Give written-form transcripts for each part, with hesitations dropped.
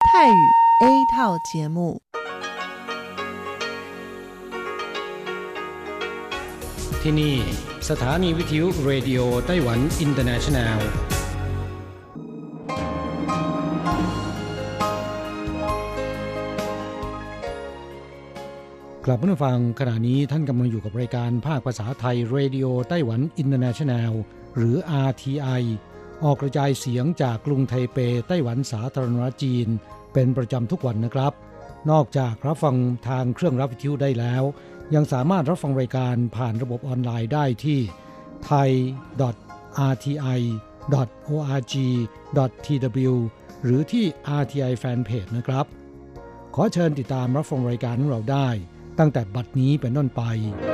泰语 A 套节目。 ที่นี่สถานีวิทยุเรดิโอไต้หวันอินเตอร์เนชั่นแนลกลับมาฟังขณะนี้ท่านกำลังอยู่กับรายการภาคภาษาไทยเรดิโอไต้หวันอินเตอร์เนชั่นแนลหรือ RTI ออกกระจายเสียงจากกรุงไทเปไต้หวันสาธารณรัฐจีนเป็นประจำทุกวันนะครับนอกจากรับฟังทางเครื่องรับวิทยุได้แล้วยังสามารถรับฟังรายการผ่านระบบออนไลน์ได้ที่ thai.rti.org.tw หรือที่ RTI Fanpage นะครับขอเชิญติดตามรับฟังรายการของเราได้ตั้งแต่บัดนี้เป็นต้นไป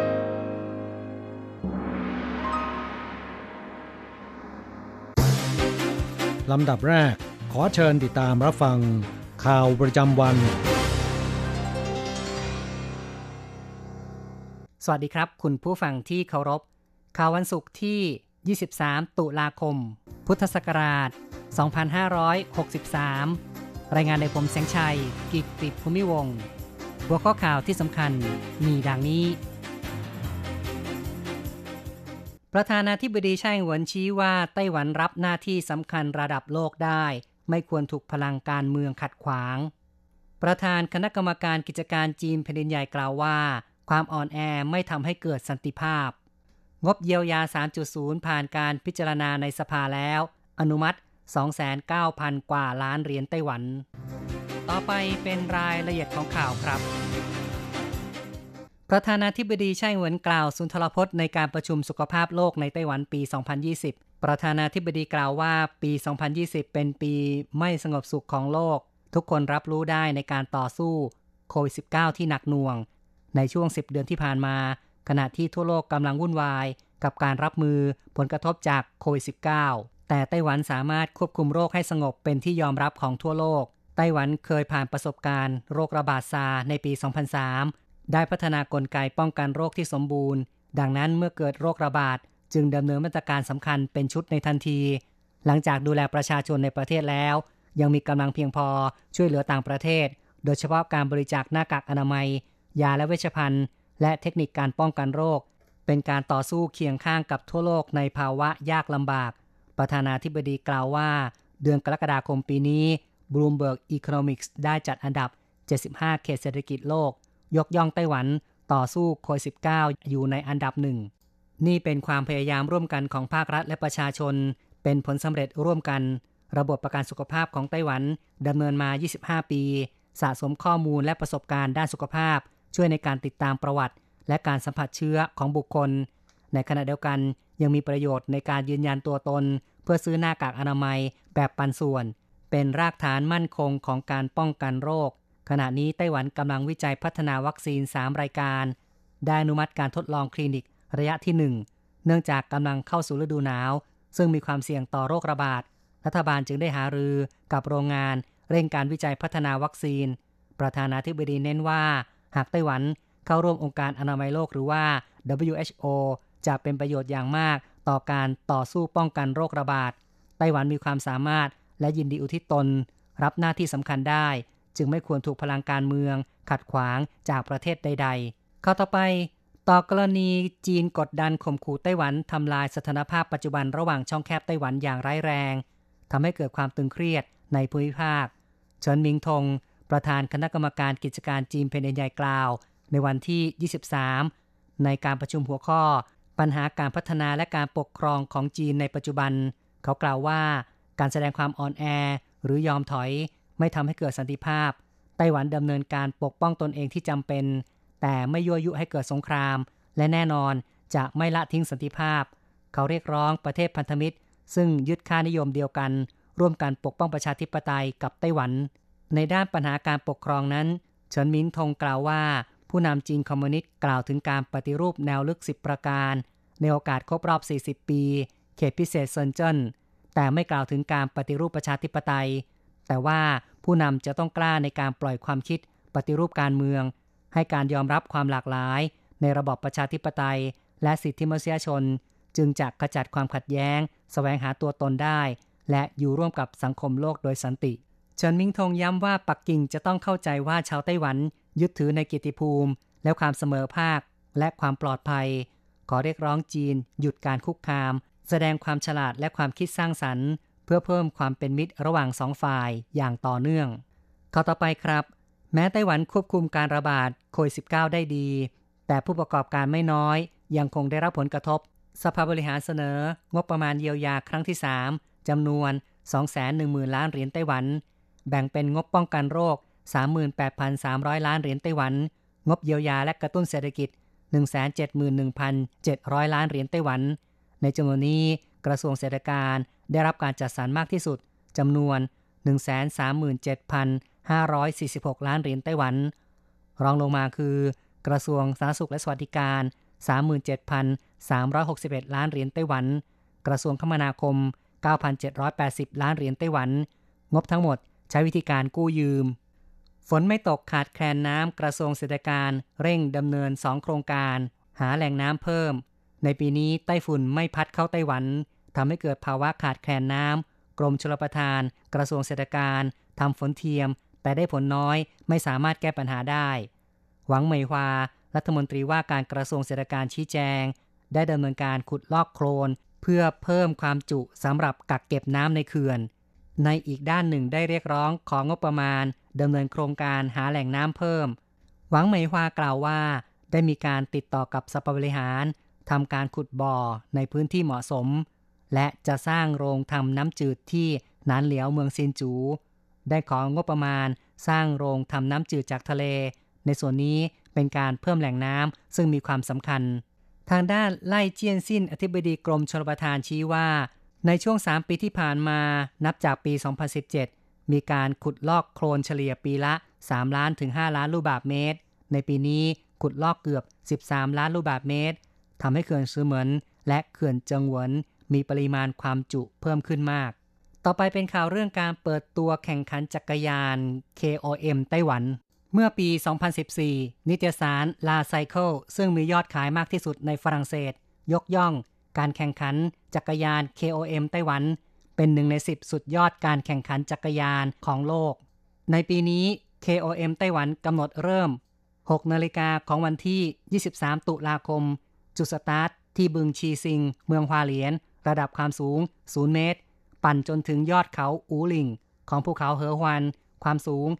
ลำดับแรกขอเชิญติดตามรับฟังข่าวประจำวันสวัสดีครับคุณผู้ฟังที่เคารพข่าววันศุกร์ที่23ตุลาคมพุทธศักราช2563รายงานโดยผมแสงชัยกิตติภูมิวงศ์หัวข้อข่าวที่สำคัญมีดังนี้ประธานาธิบดีไช่เหวินชี้ว่าไต้หวันรับหน้าที่สำคัญระดับโลกได้ไม่ควรถูกพลังการเมืองขัดขวางประธานคณะกรรมการกิจการจีนแผ่นดินใหญ่กล่าวว่าความอ่อนแอไม่ทำให้เกิดสันติภาพงบเยียวยา 3.0 ผ่านการพิจารณาในสภาแล้วอนุมัติ 29,000 กว่าล้านเหรียญไต้หวันต่อไปเป็นรายละเอียดของข่าวครับประธานาธิบดีไช่เหวินกล่าวสุนทรพจน์ในการประชุมสุขภาพโลกในไต้หวันปี 2020 ประธานาธิบดีกล่าวว่าปี 2020 เป็นปีไม่สงบสุขของโลกทุกคนรับรู้ได้ในการต่อสู้โควิด -19 ที่หนักหน่วงในช่วง10 เดือนที่ผ่านมาขณะที่ทั่วโลกกำลังวุ่นวายกับการรับมือผลกระทบจากโควิด -19 แต่ไต้หวันสามารถควบคุมโรคให้สงบเป็นที่ยอมรับของทั่วโลกไต้หวันเคยผ่านประสบการณ์โรคระบาดซาร์ในปี 2003 ได้พัฒนากลไกป้องกันโรคที่สมบูรณ์ดังนั้นเมื่อเกิดโรคระบาดจึงดำเนินมาตรการสำคัญเป็นชุดในทันทีหลังจากดูแลประชาชนในประเทศแล้วยังมีกำลังเพียงพอช่วยเหลือต่างประเทศโดยเฉพาะการบริจาคหน้ากากอนามัยยาและเวชภัณฑ์และเทคนิคการป้องกันโรคเป็นการต่อสู้เคียงข้างกับทั่วโลกในภาวะยากลำบากประธานาธิบดีกล่าวว่าเดือนกรกฎาคมปีนี้ Bloomberg Economics ได้จัดอันดับ75เขตเศรษฐกิจโลกยกย่องไต้หวันต่อสู้โควิด -19 อยู่ในอันดับหนึ่งนี่เป็นความพยายามร่วมกันของภาครัฐและประชาชนเป็นผลสำเร็จร่วมกันระบบประกันสุขภาพของไต้หวันดำเนินมา25ปีสะสมข้อมูลและประสบการณ์ด้านสุขภาพช่วยในการติดตามประวัติและการสัมผัสเชื้อของบุคคลในขณะเดียวกันยังมีประโยชน์ในการยืนยันตัวตนเพื่อซื้อหน้ากากอนามัยแบบปันส่วนเป็นรากฐานมั่นคงของการป้องกันโรคขณะนี้ไต้หวันกำลังวิจัยพัฒนาวัคซีน3รายการได้อนุมัติการทดลองคลินิกระยะที่1เนื่องจากกำลังเข้าสู่ฤดูหนาวซึ่งมีความเสี่ยงต่อโรคระบาดรัฐบาลจึงได้หารือกับโรงงานเร่งการวิจัยพัฒนาวัคซีนประธานาธิบดีเน้นว่าหากไต้หวันเข้าร่วมองค์การอนามัยโลกหรือว่า WHO จะเป็นประโยชน์อย่างมากต่อการต่อสู้ป้องกันโรคระบาดไต้หวันมีความสามารถและยินดีอุทิศตนรับหน้าที่สำคัญได้จึงไม่ควรถูกพลังการเมืองขัดขวางจากประเทศใดๆข้อต่อไปต่อกรณีจีนกดดันข่มขู่ไต้หวันทำลายสถานภาพปัจจุบันระหว่างช่องแคบไต้หวันอย่างร้ายแรงทำให้เกิดความตึงเครียดในภูมิภาคเฉินหมิงทงประธานคณะกรรมการกิจการจีนแผ่นดินใหญ่กล่าวในวันที่23ในการประชุมหัวข้อปัญหาการพัฒนาและการปกครองของจีนในปัจจุบันเขากล่าวว่าการแสดงความอ่อนแอหรือยอมถอยไม่ทำให้เกิดสันติภาพไต้หวันดำเนินการปกป้องตนเองที่จำเป็นแต่ไม่ยั่วยุให้เกิดสงครามและแน่นอนจะไม่ละทิ้งสันติภาพเขาเรียกร้องประเทศพันธมิตรซึ่งยึดค่านิยมเดียวกันร่วมกันปกป้องประชาธิปไตยกับไต้หวันในด้านปัญหาการปกครองนั้นเฉินหมิงทงกล่าวว่าผู้นำจีนคอมมิวนิสต์กล่าวถึงการปฏิรูปแนวลึก10ประการในโอกาสครบรอบ40ปีเขตพิเศษเซินเจิ้นแต่ไม่กล่าวถึงการปฏิรูปประชาธิปไตยแต่ว่าผู้นำจะต้องกล้าในการปล่อยความคิดปฏิรูปการเมืองให้การยอมรับความหลากหลายในระบอบประชาธิปไตยและสิทธิมนุษยชนจึงจะขจัดความขัดแย้งแสวงหาตัวตนได้และอยู่ร่วมกับสังคมโลกโดยสันติเฉินมิงทงย้ำว่าปักกิ่งจะต้องเข้าใจว่าชาวไต้หวันยึดถือในเกียรติภูมิและความเสมอภาคและความปลอดภัยขอเรียกร้องจีนหยุดการคุกคามแสดงความฉลาดและความคิดสร้างสรรค์เพื่อเพิ่มความเป็นมิตรระหว่างสองฝ่ายอย่างต่อเนื่องข้อต่อไปครับแม้ไต้หวันควบคุมการระบาดโควิด -19 ได้ดีแต่ผู้ประกอบการไม่น้อยยังคงได้รับผลกระทบสภาบริหารเสนองบประมาณเยียวยาครั้งที่3จำนวน 210,000 ล้านเหรียญไต้หวันแบ่งเป็นงบป้องกันโรค 38,300 ล้านเหรียญไต้หวันงบเยียวยาและกระตุ้นเศรษฐกิจ 171,700 ล้านเหรียญไต้หวันในจำนวนนี้กระทรวงเศรษฐกิจได้รับการจัดสรรมากที่สุดจำนวน 137,546 ล้านเหรียญไต้หวันรองลงมาคือกระทรวงสาธารณสุขและสวัสดิการ 37,361 ล้านเหรียญไต้หวันกระทรวงคมนาคม 9,780 ล้านเหรียญไต้หวันงบทั้งหมดใช้วิธีการกู้ยืมฝนไม่ตกขาดแคลนน้ำกระทรวงเศรษฐกิจเร่งดำเนิน2โครงการหาแหล่งน้ำเพิ่มในปีนี้ไต้ฝุ่นไม่พัดเข้าไต้หวันทำให้เกิดภาวะขาดแคลนน้ำกรมชลประทานกระทรวงเศรษฐกิจทำฝนเทียมแต่ได้ผลน้อยไม่สามารถแก้ปัญหาได้หวังเหมยฮวารัฐมนตรีว่าการกระทรวงเศรษฐกิจชี้แจงได้ดำเนินการขุดลอกโคลนเพื่อเพิ่มความจุสำหรับกักเก็บน้ำในเขื่อนในอีกด้านหนึ่งได้เรียกร้องของงบประมาณดำเนินโครงการหาแหล่งน้ำเพิ่มหวังเหมยฮวากล่าวว่าได้มีการติดต่อกับสภาบริหารทำการขุดบ่อในพื้นที่เหมาะสมและจะสร้างโรงทำน้ำจืดที่หนานเหลียวเมืองซินจูได้ของงบประมาณสร้างโรงทำน้ำจืดจากทะเลในส่วนนี้เป็นการเพิ่มแหล่งน้ำซึ่งมีความสำคัญทางด้านไล่เจี้ยนซิ่นอธิบดีกรมชลประทานชี้ว่าในช่วง3ปีที่ผ่านมานับจากปี 2017 มีการขุดลอกโคลนเฉลี่ยปีละ3ล้านถึง5ล้านลูกบาศก์เมตรในปีนี้ขุดลอกเกือบ13ล้านลูกบาศก์เมตรทำให้เขื่อนซือเหมินและเขื่อนเจิงหวนมีปริมาณความจุเพิ่มขึ้นมากต่อไปเป็นข่าวเรื่องการเปิดตัวแข่งขันจักรยาน KOM ไต้หวันเมื่อปี 2014 นิตยสาร La Cycle ซึ่งมียอดขายมากที่สุดในฝรั่งเศสยกย่องการแข่งขันจักรยาน KOM ไต้หวันเป็น1ใน10สุดยอดการแข่งขันจักรยานของโลกในปีนี้ KOM ไต้หวันกำหนดเริ่ม 6 นาฬิกาของวันที่ 23 ตุลาคมจุดสตาร์ทที่บึงชีซิงเมืองฮวาเหลียนระดับความสูง0เมตรปั่นจนถึงยอดเขาอูหลิงของภูเขาเหอฮวันความสูง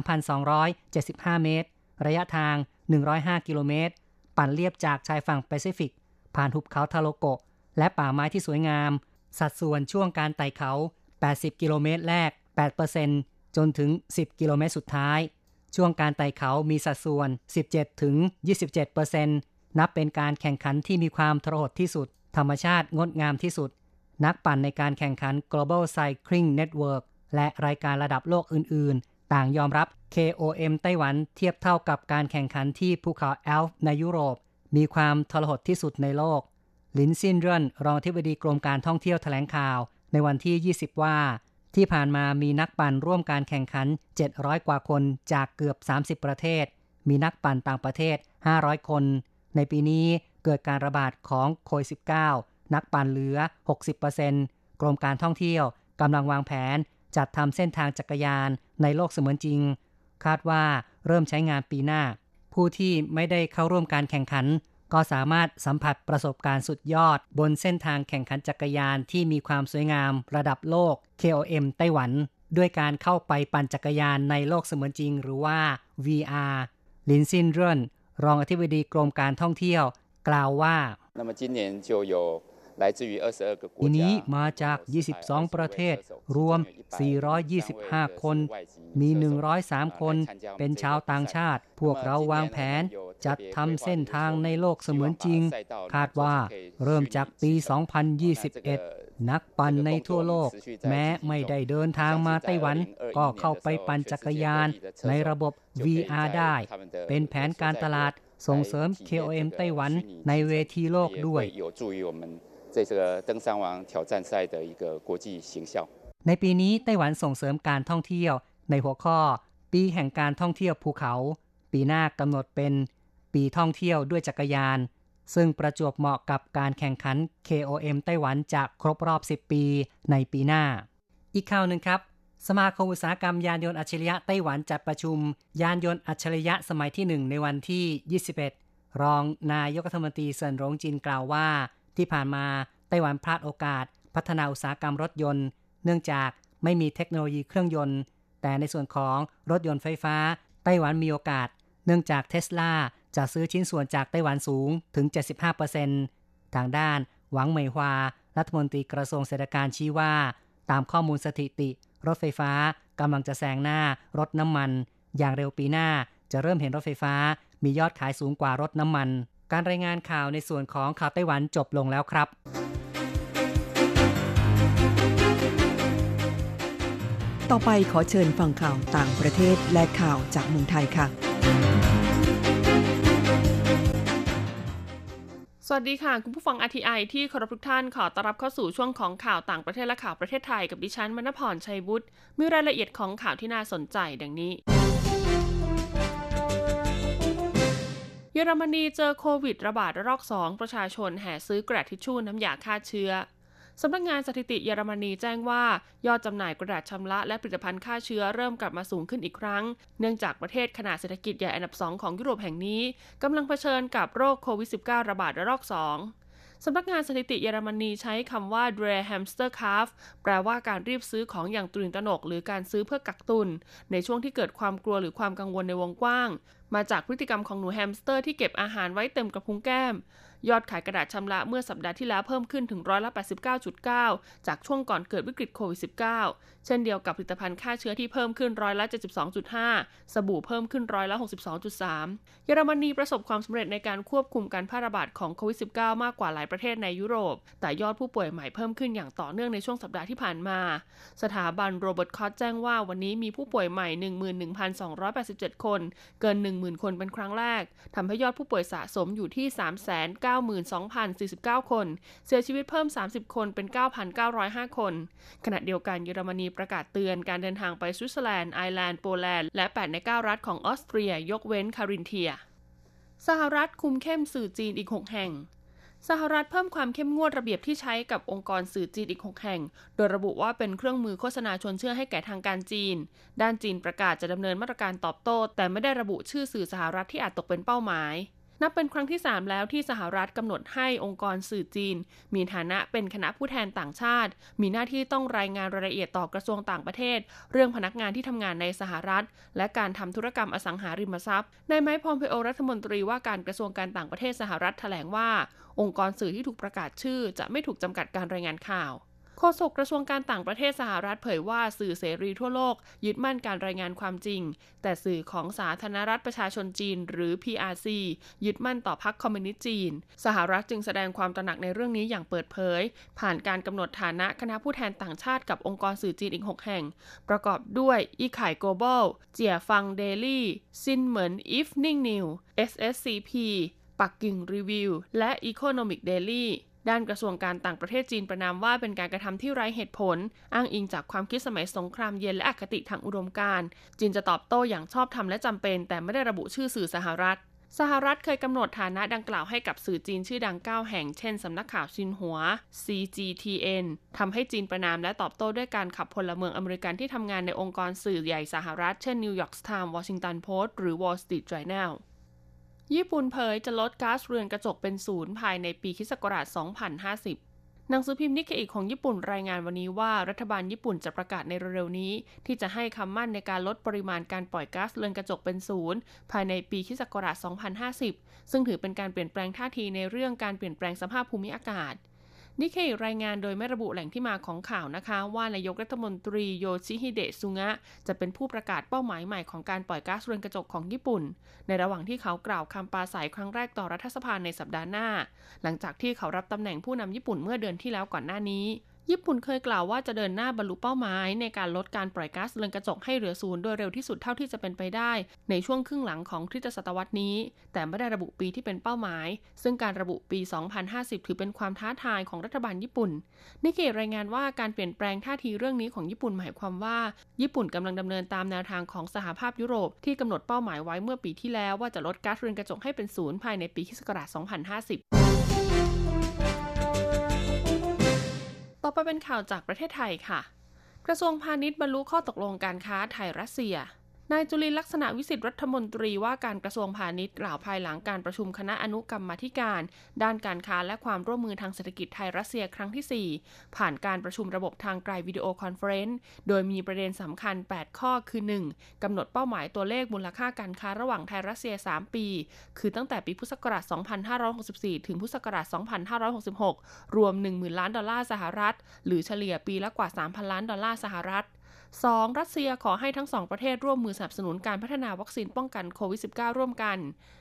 3,275 เมตรระยะทาง105กิโลเมตรปั่นเลียบจากชายฝั่งแปซิฟิกผ่านหุบเขาทาโลโกะและป่าไม้ที่สวยงามสัดส่วนช่วงการไต่เขา80กิโลเมตรแรก 8% จนถึง10กิโลเมตรสุดท้ายช่วงการไต่เขามีสัดส่วน17ถึง 27% นับเป็นการแข่งขันที่มีความทรหดที่สุดธรรมชาติงดงามที่สุดนักปั่นในการแข่งขัน Global Cycling Network และรายการระดับโลกอื่นๆต่างยอมรับ KOM ไต้หวันเทียบเท่ากับการแข่งขันที่ภูเขาแอลป์ในยุโรปมีความทรหดที่สุดในโลกลินซินเรินรองอธิบดีกรมการท่องเที่ยวแถลงข่าวในวันที่20ว่าที่ผ่านมามีนักปั่นร่วมการแข่งขัน700กว่าคนจากเกือบ30ประเทศมีนักปั่นต่างประเทศ500คนในปีนี้เกิดการระบาดของโควิด -19 นักปั่นเหลือ 60% กรมการท่องเที่ยวกำลังวางแผนจัดทำเส้นทางจักรยานในโลกเสมือนจริงคาดว่าเริ่มใช้งานปีหน้าผู้ที่ไม่ได้เข้าร่วมการแข่งขันก็สามารถสัมผัสประสบการณ์สุดยอดบนเส้นทางแข่งขันจักรยานที่มีความสวยงามระดับโลก KOM ไต้หวันด้วยการเข้าไปปั่นจักรยานในโลกเสมือนจริงหรือว่า VR ลินซินเรินรองอธิบดีกรมการท่องเที่ยวกล่าวว่าปีนี้มาจาก22ประเทศรวม425คนมี103คนเป็นชาวต่างชาติพวกเราวางแผนจัดทำเส้นทางในโลกเสมือนจริงคาดว่าเริ่มจากปี 2021 นักปั่นในทั่วโลกแม้ไม่ได้เดินทางมาไต้หวันก็เข้าไปปั่นจักรยานในระบบ VR ได้เป็นแผนการตลาดส่งเสริม KOM ไต้หวันในเวทีโลกด้วยในปีนี้ไต้หวันส่งเสริมการท่องเที่ยวในหัวข้อปีแห่งการท่องเที่ยวภูเขาปีหน้ากำหนดเป็นปีท่องเที่ยวด้วยจักรยานซึ่งประจวบเหมาะกับการแข่งขัน KOM ไต้หวันจะครบรอบ10ปีในปีหน้าอีกข่าวหนึ่งครับสมาคมอุตสาหกรรมยานยนต์อัจฉริยะไต้หวันจัดประชุมยานยนต์อัจฉริยะสมัยที่1ในวันที่21รองนายกรัฐมนตรีเซินหลงจินกล่าวว่าที่ผ่านมาไต้หวันพลาดโอกาสพัฒนาอุตสาหกรรมรถยนต์เนื่องจากไม่มีเทคโนโลยีเครื่องยนต์แต่ในส่วนของรถยนต์ไฟฟ้าไต้หวันมีโอกาสเนื่องจาก Tesla จะซื้อชิ้นส่วนจากไต้หวันสูงถึง 75% ทางด้านหวังเหมยฮวารัฐมนตรีกระทรวงเศรษฐกิจชี้ว่าตามข้อมูลสถิติรถไฟฟ้ากำลังจะแซงหน้ารถน้ำมันอย่างเร็วปีหน้าจะเริ่มเห็นรถไฟฟ้ามียอดขายสูงกว่ารถน้ำมันการรายงานข่าวในส่วนของข่าวไต้หวันจบลงแล้วครับต่อไปขอเชิญฟังข่าวต่างประเทศและข่าวจากเมืองไทยค่ะสวัสดีค่ะคุณผู้ฟัง RTI ที่เคารพทุกท่านขอต้อนรับเข้าสู่ช่วงของข่าวต่างประเทศและข่าวประเทศไทยกับดิฉันมณพรชัยวุฒิมีรายละเอียดของข่าวที่น่าสนใจดังนี้เยอรมนีเจอโควิดระบาดระลอก2ประชาชนแห่ซื้อกระดาษทิชชู่น้ำยาฆ่าเชื้อสำนักงานสถิติเยอรมนีแจ้งว่ายอดจำหน่ายกระดาษชำระและผลิตภัณฑ์ฆ่าเชื้อเริ่มกลับมาสูงขึ้นอีกครั้งเนื่องจากประเทศขนาดเศรษฐกิจใหญ่อันดับ2ของยุโรปแห่งนี้กำลังเผชิญกับโรคโควิด -19 ระบาดระลอก2สำนักงานสถิติเยอรมนีใช้คำว่า Dry Hamster Kauf แปลว่าการรีบซื้อของอย่างตื่นตระหนกหรือการซื้อเพื่อกักตุนในช่วงที่เกิดความกลัวหรือความกังวลในวงกว้างมาจากพฤติกรรมของหนูแฮมสเตอร์ที่เก็บอาหารไว้เต็มกระพุ้งแก้มยอดขายกระดาษชำระเมื่อสัปดาห์ที่แล้วเพิ่มขึ้นถึง 89.9% จากช่วงก่อนเกิดวิกฤตโควิด -19 เช่นเดียวกับผลิตภัณฑ์ฆ่าเชื้อที่เพิ่มขึ้น 72.5% สบู่เพิ่มขึ้น 62.3% เยอรมนีประสบความสำเร็จในการควบคุมการแพร่ระบาดของโควิด -19 มากกว่าหลายประเทศในยุโรปแต่ยอดผู้ป่วยใหม่เพิ่มขึ้นอย่างต่อเนื่องในช่วงสัปดาห์ที่ผ่านมาสถาบันโรเบิร์ตคอตแจ้งว่าวันนี้มีผู้ป่วยใหม่ 11,287 คนเกิน 10,000 คนเป็นครั้งแรกทำให้ยอดผู้ป่วยสะสมอยู่ที่ 392,049 คนเสียชีวิตเพิ่ม30คนเป็น 9,905 คนขณะเดียวกันเยอรมนีประกาศเตือนการเดินทางไปสวิตเซอร์แลนด์ไอร์แลนด์โปแลนด์และ8ใน9รัฐของออสเตรียยกเว้นคารินเทียสหรัฐคุมเข้มสื่อจีนอีก6แห่งสหรัฐเพิ่มความเข้มงวดระเบียบที่ใช้กับองค์กรสื่อจีนอีก6แห่งโดยระบุว่าเป็นเครื่องมือโฆษณาชวนเชื่อให้แก่ทางการจีนด้านจีนประกาศจะดำเนินมาตรการตอบโต้แต่ไม่ได้ระบุชื่อสื่อสหรัฐที่อาจตกเป็นเป้าหมายนับเป็นครั้งที่3แล้วที่สหรัฐกำหนดให้องค์กรสื่อจีนมีฐานะเป็นคณะผู้แทนต่างชาติมีหน้าที่ต้องรายงานรายละเอียดต่อกระทรวงต่างประเทศเรื่องพนักงานที่ทำงานในสหรัฐและการทำธุรกรรมอสังหาริมทรัพย์นายไมค์พอมเพโอรัฐมนตรีว่าการกระทรวงการต่างประเทศสหรัฐแถลงว่าองค์กรสื่อที่ถูกประกาศชื่อจะไม่ถูกจำกัดการรายงานข่าวโฆษกกระทรวงการต่างประเทศสหรัฐเผยว่าสื่อเสรีทั่วโลกยึดมั่นการรายงานความจริงแต่สื่อของสาธารณรัฐประชาชนจีนหรือ PRC ยึดมั่นต่อพรรคคอมมิวนิสต์จีนสหรัฐจึงแสดงความตระหนักในเรื่องนี้อย่างเปิดเผยผ่านการกำหนดฐานะคณะผู้แทนต่างชาติกับองค์กรสื่อจีนอีก6แห่งประกอบด้วยอีไข่โกลบอลเจี๋ยฟังเดลี่ซินเหมินอีฟนิ่งนิว SSCP ปักกิ่งรีวิวและอีโคโนมิกเดลี่ด้านกระทรวงการต่างประเทศจีนประณามว่าเป็นการกระทำที่ไร้เหตุผลอ้างอิงจากความคิดสมัยสงครามเย็นและอคติทางอุดมการณ์จีนจะตอบโต้อย่างชอบธรรมและจำเป็นแต่ไม่ได้ระบุชื่อสื่อสหรัฐเคยกำหนดฐานะดังกล่าวให้กับสื่อจีนชื่อดัง9แห่งเช่นสำนักข่าวซินหัว CGTN ทำให้จีนประณามและตอบโต้ด้วยการขับพลเมืองอเมริกันที่ทำงานในองค์กรสื่อใหญ่สหรัฐเช่น New York Times Washington Post หรือ Wall Street Journalญี่ปุ่นเผยจะลดก๊าซเรือนกระจกเป็นศูนย์ภายในปีค.ศ. 2050หนังสือพิมพ์นิเคอิของญี่ปุ่นรายงานวันนี้ว่ารัฐบาลญี่ปุ่นจะประกาศในเร็วๆนี้ที่จะให้คำมั่นในการลดปริมาณการปล่อยก๊าซเรือนกระจกเป็นศูนย์ภายในปีค.ศ. 2050ซึ่งถือเป็นการเปลี่ยนแปลงท่าทีในเรื่องการเปลี่ยนแปลงสภาพภูมิอากาศนิเคอิรายงานโดยไม่ระบุแหล่งที่มาของข่าวนะคะว่านายกรัฐมนตรีโยชิฮิเดะซุงะจะเป็นผู้ประกาศเป้าหมายใหม่ของการปล่อยก๊าซเรือนกระจกของญี่ปุ่นในระหว่างที่เขากล่าวคำปราศรัยครั้งแรกต่อรัฐสภาในสัปดาห์หน้าหลังจากที่เขารับตำแหน่งผู้นำญี่ปุ่นเมื่อเดือนที่แล้วก่อนหน้านี้ญี่ปุ่นเคยกล่าวว่าจะเดินหน้าบรรลุเป้าหมายในการลดการปล่อยก๊าซเรือนกระจกให้เหลือศูนย์โดยเร็วที่สุดเท่าที่จะเป็นไปได้ในช่วงครึ่งหลังของคริสตศตวรรษนี้แต่ไม่ได้ระบุปีที่เป็นเป้าหมายซึ่งการระบุปี 2050 ถือเป็นความท้าทายของรัฐบาลญี่ปุ่นนิเคอิรายงานว่าการเปลี่ยนแปลงท่าทีเรื่องนี้ของญี่ปุ่นหมายความว่าญี่ปุ่นกำลังดำเนินตามแนวทางของสหภาพยุโรปที่กำหนดเป้าหมายไว้เมื่อปีที่แล้วว่าจะลดก๊าซเรือนกระจกให้เป็นศูนย์ภายในปีค.ศ. 2050ต่อไปเป็นข่าวจากประเทศไทยค่ะกกระทรวงพาณิชย์บรรลุข้อตกลงการค้าไทยรัสเซียนายจุลินทร์ลักษณะวิสิทธิ์รัฐมนตรีว่าการกระทรวงพาณิชย์กล่าวภายหลังการประชุมคณะอนุกรรมาธิการด้านการค้าและความร่วมมือทางเศรษฐกิจไทยรัสเซียครั้งที่ 4ผ่านการประชุมระบบทางไกลวิดีโอคอนเฟอเรนซ์โดยมีประเด็นสำคัญ8ข้อคือ 1. กำหนดเป้าหมายตัวเลขมูลค่าการค้าระหว่างไทยรัสเซีย3ปีคือตั้งแต่ปีพุทธศักราช2564ถึงพุทธศักราช2566รวม 10,000 ล้านดอลลาร์สหรัฐหรือเฉลี่ยปีละกว่า 3,000 ล้านดอลลาร์สหรัฐ2. รัสเซียขอให้ทั้ง2ประเทศร่วมมือสนับสนุนการพัฒนาวัคซีนป้องกันโควิด -19 ร่วมกัน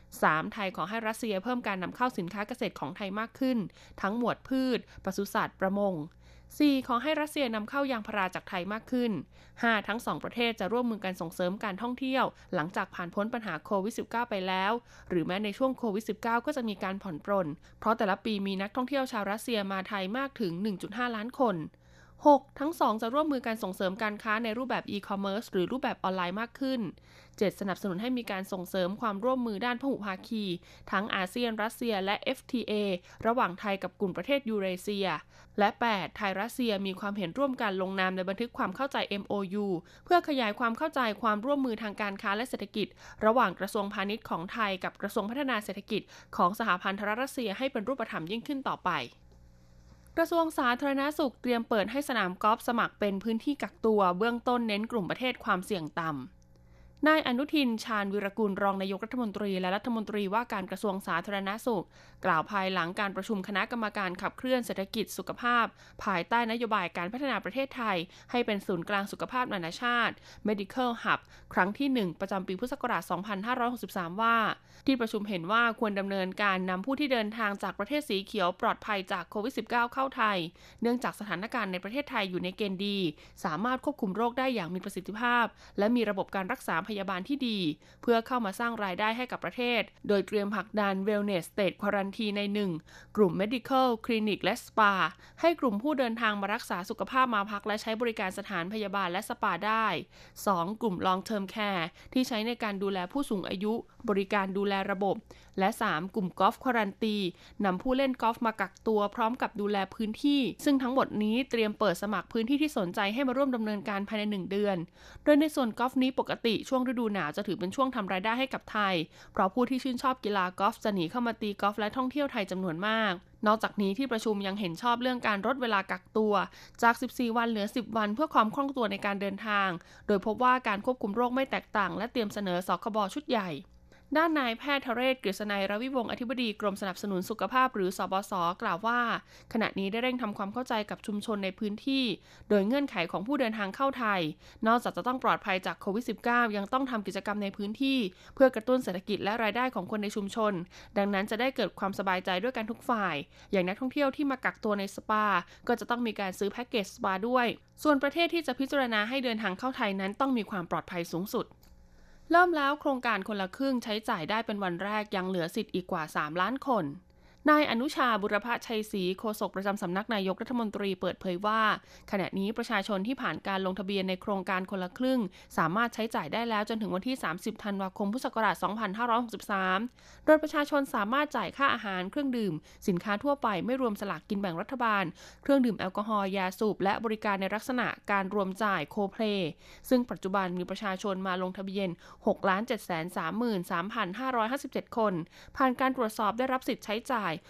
3. ไทยขอให้รัสเซียเพิ่มการนำเข้าสินค้าเกษตรของไทยมากขึ้นทั้งหมวดพืชปศุสัตว์ประมง 4. ขอให้รัสเซียนำเข้ายางพาราจากไทยมากขึ้น 5. ทั้ง2ประเทศจะร่วมมือกันส่งเสริมการท่องเที่ยวหลังจากผ่านพ้นปัญหาโควิด -19 ไปแล้วหรือแม้ในช่วงโควิด -19 ก็จะมีการผ่อนปรนเพราะแต่ละปีมีนักท่องเที่ยวชาวรัสเซียมาไทยมากถึง 1.5 ล้านคน6. ทั้ง2จะร่วมมือกันส่งเสริมการค้าในรูปแบบอีคอมเมิร์ซหรือรูปแบบออนไลน์มากขึ้น 7. สนับสนุนให้มีการส่งเสริมความร่วมมือด้านพหุภาคีทั้งอาเซียนรัสเซียและ FTA ระหว่างไทยกับกลุ่มประเทศยูเรเซียและ 8. ไทยรัสเซียมีความเห็นร่วมกันลงนามในบันทึกความเข้าใจ MOU เพื่อขยายความเข้าใจความร่วมมือทางการค้าและเศรษฐกิจระหว่างกระทรวงพาณิชย์ของไทยกับกระทรวงพัฒนาเศรษฐกิจของสหพันธรัฐรัสเซียให้เป็นรูปธรรมยิ่งขึ้นต่อไปกระทรวงสาธารณสุขเตรียมเปิดให้สนามกอล์ฟสมัครเป็นพื้นที่กักตัวเบื้องต้นเน้นกลุ่มประเทศความเสี่ยงต่ำนายอนุทินชาญวิรกูลรองนายกรัฐมนตรีและรัฐมนตรีว่าการกระทรวงสาธารณสุขกล่าวภายหลังการประชุมคณะกรรมการขับเคลื่อนเศรษฐกิจสุขภาพภายใต้นโยบายการพัฒนาประเทศไทยให้เป็นศูนย์กลางสุขภาพนานาชาติ Medical Hub ครั้งที่ 1 ประจำปีพุทธศักราช 2563 ว่าที่ประชุมเห็นว่าควรดำเนินการนำผู้ที่เดินทางจากประเทศสีเขียวปลอดภัยจากโควิด -19 เข้าไทยเนื่องจากสถานการณ์ในประเทศไทยอยู่ในเกณฑ์ดีสามารถควบคุมโรคได้อย่างมีประสิทธิภาพและมีระบบการรักษาพยาบาลที่ดีเพื่อเข้ามาสร้างรายได้ให้กับประเทศโดยเตรียมผลักดัน Wellness State Quarantine ใน 1 กลุ่ม Medical Clinic และ Spa ให้กลุ่มผู้เดินทางมารักษาสุขภาพมาพักและใช้บริการสถานพยาบาลและสปาได้ 2 กลุ่ม Long Term Care ที่ใช้ในการดูแลผู้สูงอายุบริการดูแลระบบและ 3 กลุ่มกอล์ฟควอรันตีนำผู้เล่นกอล์ฟมากักตัวพร้อมกับดูแลพื้นที่ซึ่งทั้งหมดนี้เตรียมเปิดสมัครพื้นที่ที่สนใจให้มาร่วมดำเนินการภายใน1 เดือนโดยในส่วนกอล์ฟนี้ปกติช่วงฤดูหนาวจะถือเป็นช่วงทำรายได้ให้กับไทยเพราะผู้ที่ชื่นชอบกีฬากอล์ฟจะหนีเข้ามาตีกอล์ฟและท่องเที่ยวไทยจำนวนมากนอกจากนี้ที่ประชุมยังเห็นชอบเรื่องการลดเวลากักตัวจาก14 วันเหลือ10 วันเพื่อความคล่องตัวในการเดินทางโดยพบว่าการควบคุมโรคไม่แตกต่างและเตรียมเสนอสคบชุดใหญ่ด้านนายแพทย์ธเรศ กฤษณัย รวิวงศ์อธิบดีกรมสนับสนุนสุขภาพหรือสบศกล่าวว่าขณะนี้ได้เร่งทำความเข้าใจกับชุมชนในพื้นที่โดยเงื่อนไขของผู้เดินทางเข้าไทยนอกจากจะต้องปลอดภัยจากโควิด -19 ยังต้องทำกิจกรรมในพื้นที่เพื่อกระตุ้นเศรษฐกิจและรายได้ของคนในชุมชนดังนั้นจะได้เกิดความสบายใจด้วยกันทุกฝ่ายอย่างนักท่องเที่ยวที่มากักตัวในสปาก็จะต้องมีการซื้อแพ็กเกจสปาด้วยส่วนประเทศที่จะพิจารณาให้เดินทางเข้าไทยนั้นต้องมีความปลอดภัยสูงสุดเริ่มแล้วโครงการคนละครึ่งใช้จ่ายได้เป็นวันแรกยังเหลือสิทธิ์อีกกว่า3 ล้านคนนายอนุชาบุรพชัยศรีโฆษกประจำสำนักนายกรัฐมนตรีเปิดเผยว่าขณะนี้ประชาชนที่ผ่านการลงทะเบียนในโครงการคนละครึ่งสามารถใช้จ่ายได้แล้วจนถึงวันที่30 ธันวาคมพุทธศักราช 2563โดยประชาชนสามารถจ่ายค่าอาหารเครื่องดื่มสินค้าทั่วไปไม่รวมสลากกินแบ่งรัฐบาลเครื่องดื่มแอลกอฮอล์ยาสูบและบริการในลักษณะการรวมจ่ายโคเพลย์ซึ่งปัจจุบันมีประชาชนมาลงทะเบียน 6,733,557 คนผ่านการตรวจสอบได้รับสิทธิ์ใช้จ่าย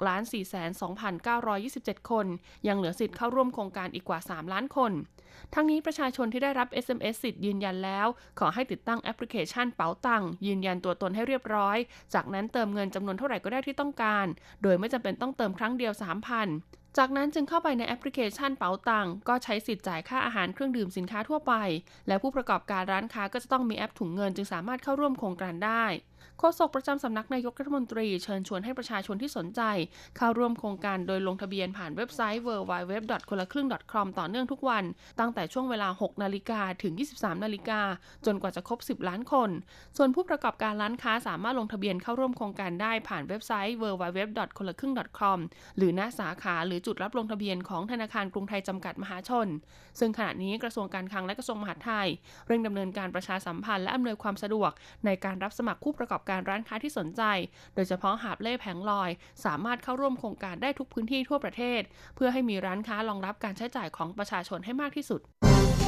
6,402,927 คนยังเหลือสิทธิ์เข้าร่วมโครงการอีกกว่า3 ล้านคนทั้งนี้ประชาชนที่ได้รับ SMS สิทธิ์ยืนยันแล้วขอให้ติดตั้งแอปพลิเคชันเป๋าตังค์ยืนยันตัวตนให้เรียบร้อยจากนั้นเติมเงินจำนวนเท่าไหร่ก็ได้ที่ต้องการโดยไม่จำเป็นต้องเติมครั้งเดียว 3,000 จากนั้นจึงเข้าไปในแอปพลิเคชันเป๋าตังค์ก็ใช้สิทธิ์จ่ายค่าอาหารเครื่องดื่มสินค้าทั่วไปและผู้ประกอบการร้านค้าก็จะต้องมีแอปถุงเงินจึงสามารถเข้าร่วมโครงการได้โฆษกประจำสำนักนายกรัฐมนตรีเชิญชวนให้ประชาชนที่สนใจเข้าร่วมโครงการโดยลงทะเบียนผ่านเว็บไซต์ www.konlakryng.com ต่อเนื่องทุกวันตั้งแต่ช่วงเวลา 6 นาฬิกาถึง 23 นาฬิกาจนกว่าจะครบ 10 ล้านคนส่วนผู้ประกอบการร้านค้าสามารถลงทะเบียนเข้าร่วมโครงการได้ผ่านเว็บไซต์ www.konlakryng.com หรือณสาขาหรือจุดรับลงทะเบียนของธนาคารกรุงไทยจำกัดมหาชนซึ่งขณะนี้กระทรวงการคลังและกระทรวงมหาดไทยเร่งดำเนินการประชาสัมพันธ์และอำนวยความสะดวกในการรับสมัครผู้ประกอบการร้านค้าที่สนใจโดยเฉพาะหาบเล่แผงลอยสามารถเข้าร่วมโครงการได้ทุกพื้นที่ทั่วประเทศเพื่อให้มีร้านค้ารองรับการใช้จ่ายของประชาชนให้มากที่สุด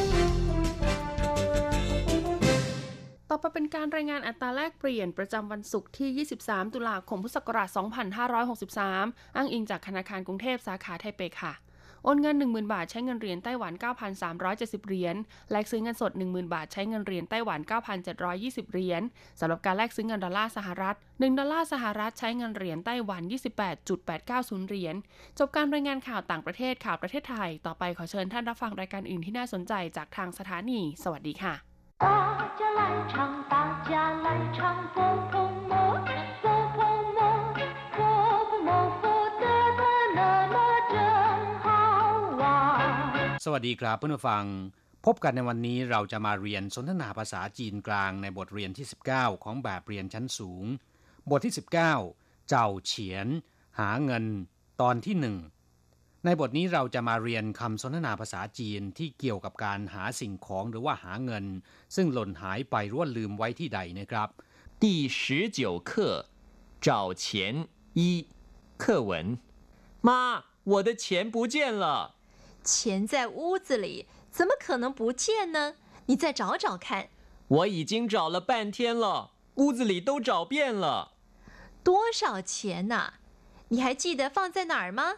ต่อไปเป็นการรายงานอัตราแลกเปลี่ยนประจำวันศุกร์ที่ 23 ตุลาคม พุทธศักราช 2563 อ้างอิงจากธนาคารกรุงเทพสาขาไทเปค่ะโอนเงิน 10,000 บาทใช้เงินเหรียญไต้หวัน 9,370 เหรียญแลกซื้อเงินสด 10,000 บาทใช้เงินเหรียญไต้หวัน 9,720 เหรียญสำหรับการแลกซื้อเงินดอลลาร์สหรัฐ1ดอลลาร์สหรัฐใช้เงินเหรียญไต้หวัน 28.890 เหรียญจบการรายงานข่าวต่างประเทศข่าวประเทศไทยต่อไปขอเชิญท่านรับฟังรายการอื่นที่น่าสนใจจากทางสถานีสวัสดีค่ะ大家来唱大家来唱佛婆摩佛婆摩佛婆摩佛得的那么真好玩สวัสดีครับเพื่อนผู้ฟังพบกันในวันนี้เราจะมาเรียนสนทนาภาษาจีนกลางในบทเรียนที่19ของแบบเรียนชั้นสูงบทที่19เจ้าเฉียนหาเงินตอนที่1ในบทนี้เราจะมาเรียนคำสนทนาภาษาจีนที่เกี่ยวกับการหาสิ่งของหรือว่าหาเงินซึ่งหล่นหายไปหรือว่าลืมไว้ที่ใดนะครับ第19课找钱一课文妈我的钱不见了钱在屋子里怎么可能不见呢你再找找看我已经找了半天了屋子里都找遍了多少钱啊你还记得放在哪儿吗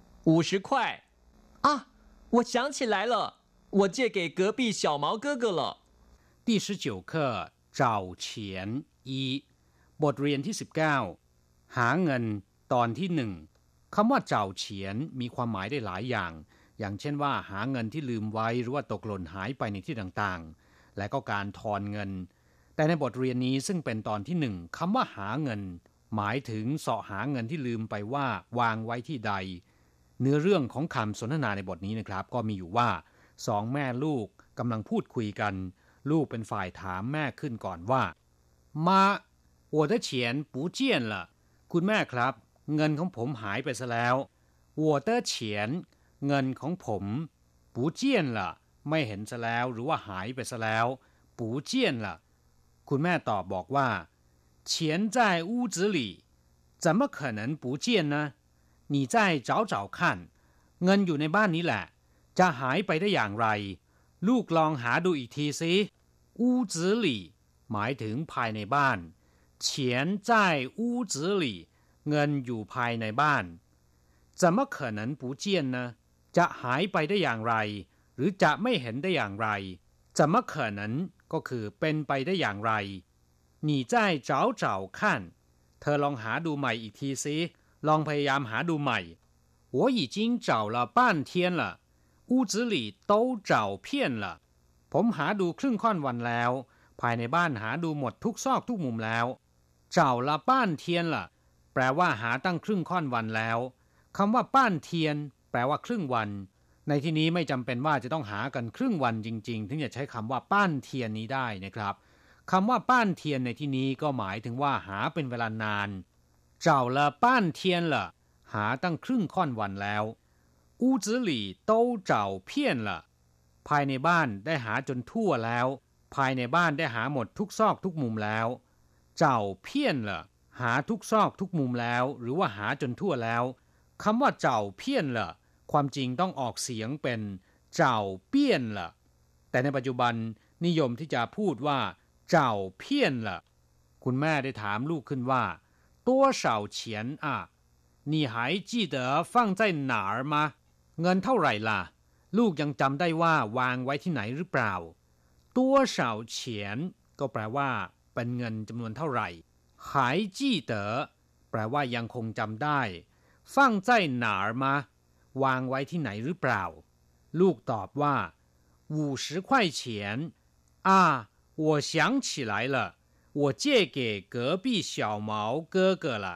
50块啊我想起来了我借给隔壁小毛哥哥了第19课找钱一บทเรียนที่19หาเงินตอนที่1คำว่าเจ้าเฉียนมีความหมายได้หลายอย่างอย่างเช่นว่าหาเงินที่ลืมไว้หรือว่าตกหล่นหายไปในที่ต่างๆและก็การทอนเงินแต่ในบทเรียนนี้ซึ่งเป็นตอนที่1คำว่าหาเงินหมายถึงเสาะหาเงินที่ลืมไปว่าวางไว้ที่ใดเนื้อเรื่องของคำสนทนาในบทนี้นะครับก็มีอยู่ว่าสองแม่ลูกกำลังพูดคุยกันลูกเป็นฝ่ายถามแม่ขึ้นก่อนว่ามา我的钱不见了คุณแม่ครับเงินของผมหายไปซะแล้ว我的钱เงินของผม不见了ไม่เห็นซะแล้วหรือว่าหายไปซะแล้ว不见了คุณแม่ตอบบอกว่า钱在屋子里怎么可能不见呢你再找找看เงินอยู่ในบ้านนี้แหละจะหายไปได้อย่างไรลูกลองหาดูอีกทีสิ屋子里หมายถึงภายในบ้าน钱在屋子里เงินอยู่ภายในบ้าน怎么可能不见呢จะหายไปได้อย่างไรหรือจะไม่เห็นได้อย่างไร怎么可能ก็คือเป็นไปได้อย่างไร你再找找看เธอลองหาดูใหม่อีกทีสิลองพยายามหาดูใหม่我已经找了半天了屋子里都找遍了ผมหาดูครึ่งค่อนวันแล้วภายในบ้านหาดูหมดทุกซอกทุกมุมแล้ว找了半天了แปลว่าหาตั้งครึ่งค่อนวันแล้วคำว่าป้านเทียนแปลว่าครึ่งวันในที่นี้ไม่จำเป็นว่าจะต้องหากันครึ่งวันจริงๆถึงจะใช้คำว่าป้านเทียนนี้ได้นะครับคำว่าป้านเทียนในที่นี้ก็หมายถึงว่าหาเป็นเวลานาน找了半天了หาตั้งครึ่งค่อนวันแล้ว屋子里都找遍了ภายในบ้านได้หาจนทั่วแล้วภายในบ้านได้หาหมดทุกซอกทุกมุมแล้ว找遍了หาทุกซอกทุกมุมแล้วหรือว่าหาจนทั่วแล้วคำว่าเจ้าเพี้ยนละความจริงต้องออกเสียงเป็นเจ้าเปี้ยนละแต่ในปัจจุบันนิยมที่จะพูดว่าเจ้าเพี้ยนละคุณแม่ได้ถามลูกขึ้นว่า多少钱啊你还记得放在哪儿吗เงินเท่าไหร่ล่ะลูกยังจำได้ว่าวางไว้ที่ไหนหรือเปล่า多少钱ก็แปลว่าเป็นเงินจำนวนเท่าไหร่还记得แปลว่ายังคงจำได้放在哪儿吗วางไว้ที่ไหนหรือเปล่าลูกตอบว่า50块钱啊我想起来了我借给隔壁小毛哥哥了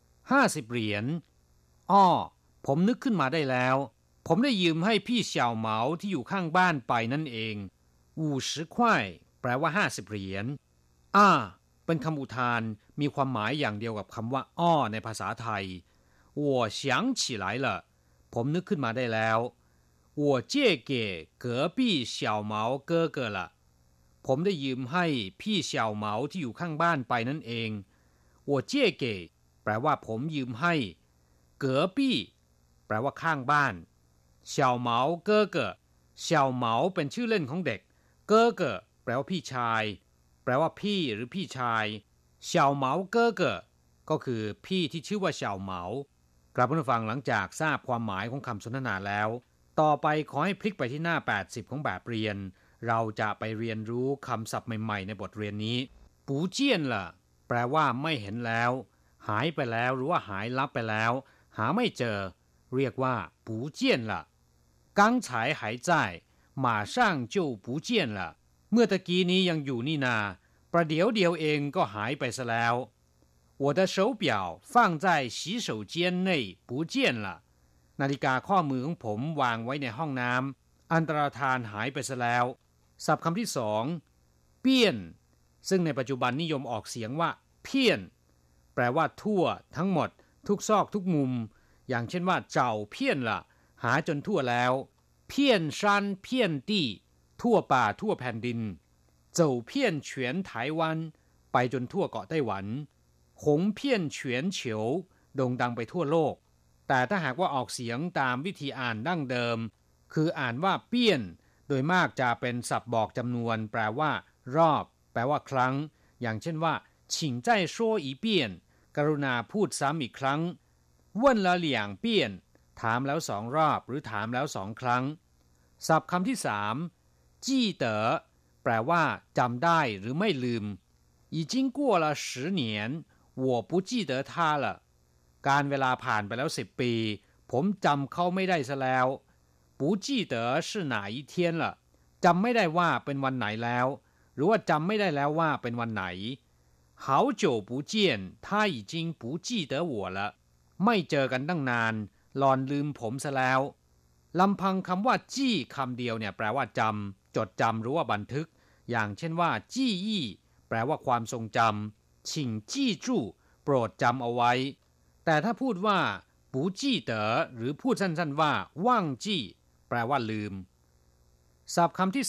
50เหรียญอ้อผมนึกขึ้นมาได้แล้วผมได้ยืมให้พี่เสี่ยวเหมาที่อยู่ข้างบ้านไปนั่นเอง50块แปลว่า50เหรียญเป็นคำอุทานมีความหมายอย่างเดียวกับคำว่าอ้อในภาษาไทย我想起来了ผมนึกขึ้นมาได้แล้ว我借给隔壁小毛哥哥了ผมได้ยืมให้พี่เสี่ยวเหมาที่อยู่ข้างบ้านไปนั่นเอง我借给แปลว่าผมยืมให้隔壁แปลว่าข้างบ้านเสี่ยวเหมา哥哥เสี่ยวเหมาเป็นชื่อเล่นของเด็ก哥哥แปลว่าพี่ชายแปลว่าพี่หรือพี่ชายเสี่ยวเหมาเก้อเก้อก็คือพี่ที่ชื่อว่าเสี่ยวเหมากลับมาฟังหลังจากทราบความหมายของคำสนทนาแล้วต่อไปขอให้พลิกไปที่หน้า80ของแบบเรียนเราจะไปเรียนรู้คำศัพท์ใหม่ๆในบทเรียนนี้ปูเจี้ยนล่ะแปลว่าไม่เห็นแล้วหายไปแล้วหรือว่าหายลับไปแล้วหาไม่เจอเรียกว่าปูเจี้ยนล่ะ刚才还在马上就不见了เมื่อตะกี้นี้ยังอยู่นี่นาประเดี๋ยวเดียวเองก็หายไปซะแล้ว我的手表放在洗手间内不见了นาฬิกาข้อมือของผมวางไว้ในห้องน้ำอันตรธานหายไปซะแล้วศัพท์คำที่สองเปี้ยนซึ่งในปัจจุบันนิยมออกเสียงว่าเพี้ยนแปลว่าทั่วทั้งหมดทุกซอกทุกมุมอย่างเช่นว่าเจ้าเพี้ยนล่ะหาจนทั่วแล้วเพี้ยน山เพี้ยน地ทั่วป่าทั่วแผ่นดิน走遍全台湾ไปจนทั่วเกาะไต้หวันหงเพี้ยน全球โด่งดังไปทั่วโลกแต่ถ้าหากว่าออกเสียงตามวิธีอ่านดั้งเดิมคืออ่านว่าเปี้ยนโดยมากจะเป็นศัพท์บอกจำนวนแปลว่ารอบแปลว่าครั้งอย่างเช่นว่า请再说一遍กรุณาพูดซ้ำอีกครั้ง问了2遍ถามแล้ว2รอบหรือถามแล้ว2ครั้งศัพท์คำที่3จี้เต๋อแปลว่าจำได้หรือไม่ลืม已经过了10年我不记得他了การเวลาผ่านไปแล้ว10ปีผมจำเขาไม่ได้ซะแล้ว不记得是哪一天了จำไม่ได้ว่าเป็นวันไหนแล้วหรือว่าจำไม่ได้แล้วว่าเป็นวันไหน好久不见他已经不记得我了ไม่เจอกันตั้งนานหลอนลืมผมซะแล้วลำพังคำว่าจี้คำเดียวเนี่ยแปลว่าจำจดจำหรือว่าบันทึกอย่างเช่นว่าจี้อี้แปลว่าความทรงจำ请记住โปรดจำเอาไว้แต่ถ้าพูดว่า不记得หรือพูดสั้นๆว่าว่างจี้แปลว่าลืมศัพท์คำที่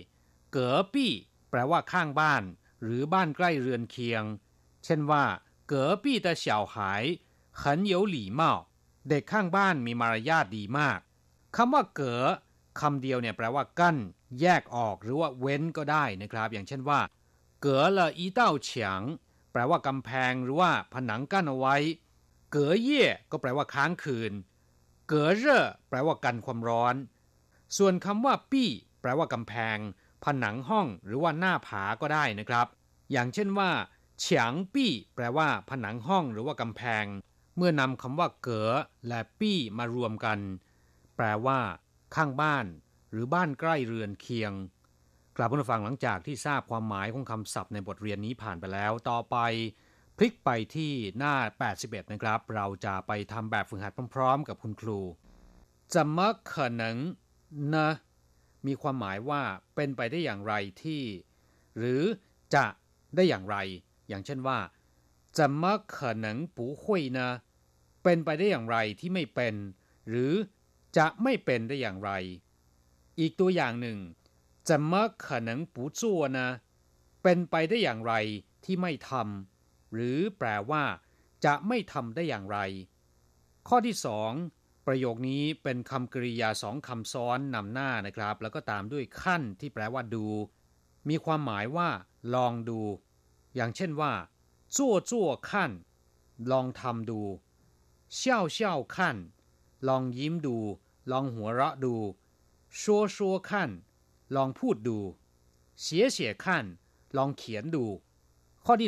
4เก๋อปี้แปลว่าข้างบ้านหรือบ้านใกล้เรือนเคียงเช่นว่าเก๋อปี้的小孩很有礼貌เด็กข้างบ้านมีมารยาทดีมากคำว่าเก๋อคำเดียวเนี่ยแปลว่ากั้นแยกออกหรือว่าเว้นก็ได้นะครับอย่างเช่นว่าเก๋อละอีเต้าเฉียงแปลว่ากำแพงหรือว่าผนังกั้นเอาไว้เก๋อเย่ก็แปลว่าค้างคืนเก๋อเร่อแปลว่ากันความร้อนส่วนคำว่าปี้แปลว่ากำแพงผนังห้องหรือว่าหน้าผาก็ได้นะครับอย่างเช่นว่าเฉียงปี้แปลว่าผนังห้องหรือว่ากำแพงเมื่อนำคำว่าเก๋อและปี้มารวมกันแปลว่าข้างบ้านหรือบ้านใกล้เรือนเคียงกลับมาฟังหลังจากที่ทราบความหมายของคำศัพท์ในบทเรียนนี้ผ่านไปแล้วต่อไปพลิกไปที่หน้า81นะครับเราจะไปทำแบบฝึกหัดพร้อมๆกับคุณครู怎么可能呢มีความหมายว่าเป็นไปได้อย่างไรที่หรือจะได้อย่างไรอย่างเช่นว่า怎么可能不会呢เป็นไปได้อย่างไรที่ไม่เป็นหรือจะไม่เป็นได้อย่างไรอีกตัวอย่างหนึ่ง怎么可能不做呢เป็นไปได้อย่างไรที่ไม่ทำหรือแปลว่าจะไม่ทำได้อย่างไรข้อที่2ประโยคนี้เป็นคำกริยา2คำซ้อนนำหน้านะครับแล้วก็ตามด้วยขั้นที่แปลว่าดูมีความหมายว่าลองดูอย่างเช่นว่าจั่วจั่วขั้นลองทำดูเช่าเช่าขั้นลองยิ้มดูลองหัวเราะดูชัวชัวขั้นลองพูดดูเสียเสียขั้นลองเขียนดูข้อที่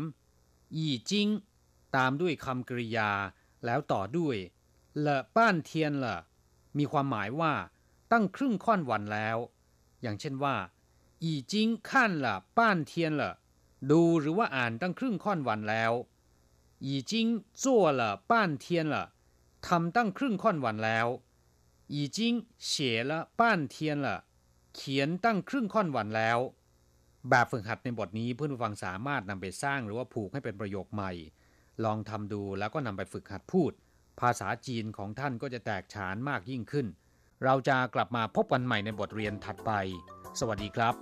3อีจิ้งตามด้วยคำกริยาแล้วต่อด้วยเลอป้านเทียนเลอมีความหมายว่าตั้งครึ่งค่อนวันแล้วอย่างเช่นว่าอีจิ้งขั้นละป้านเทียนเลอดูหรือว่าอ่านตั้งครึ่งค่อนวันแล้ว已经做了半天了ทำตั้งครึ่งค่อนวันแล้ว已经写了半天了เขียนตั้งครึ่งค่อนวันแล้วแบบฝึกหัดในบทนี้เพื่อนผู้ฟังสามารถนำไปสร้างหรือว่าผูกให้เป็นประโยคใหม่ลองทำดูแล้วก็นำไปฝึกหัดพูดภาษาจีนของท่านก็จะแตกฉานมากยิ่งขึ้นเราจะกลับมาพบกันใหม่ในบทเรียนถัดไปสวัสดีครับ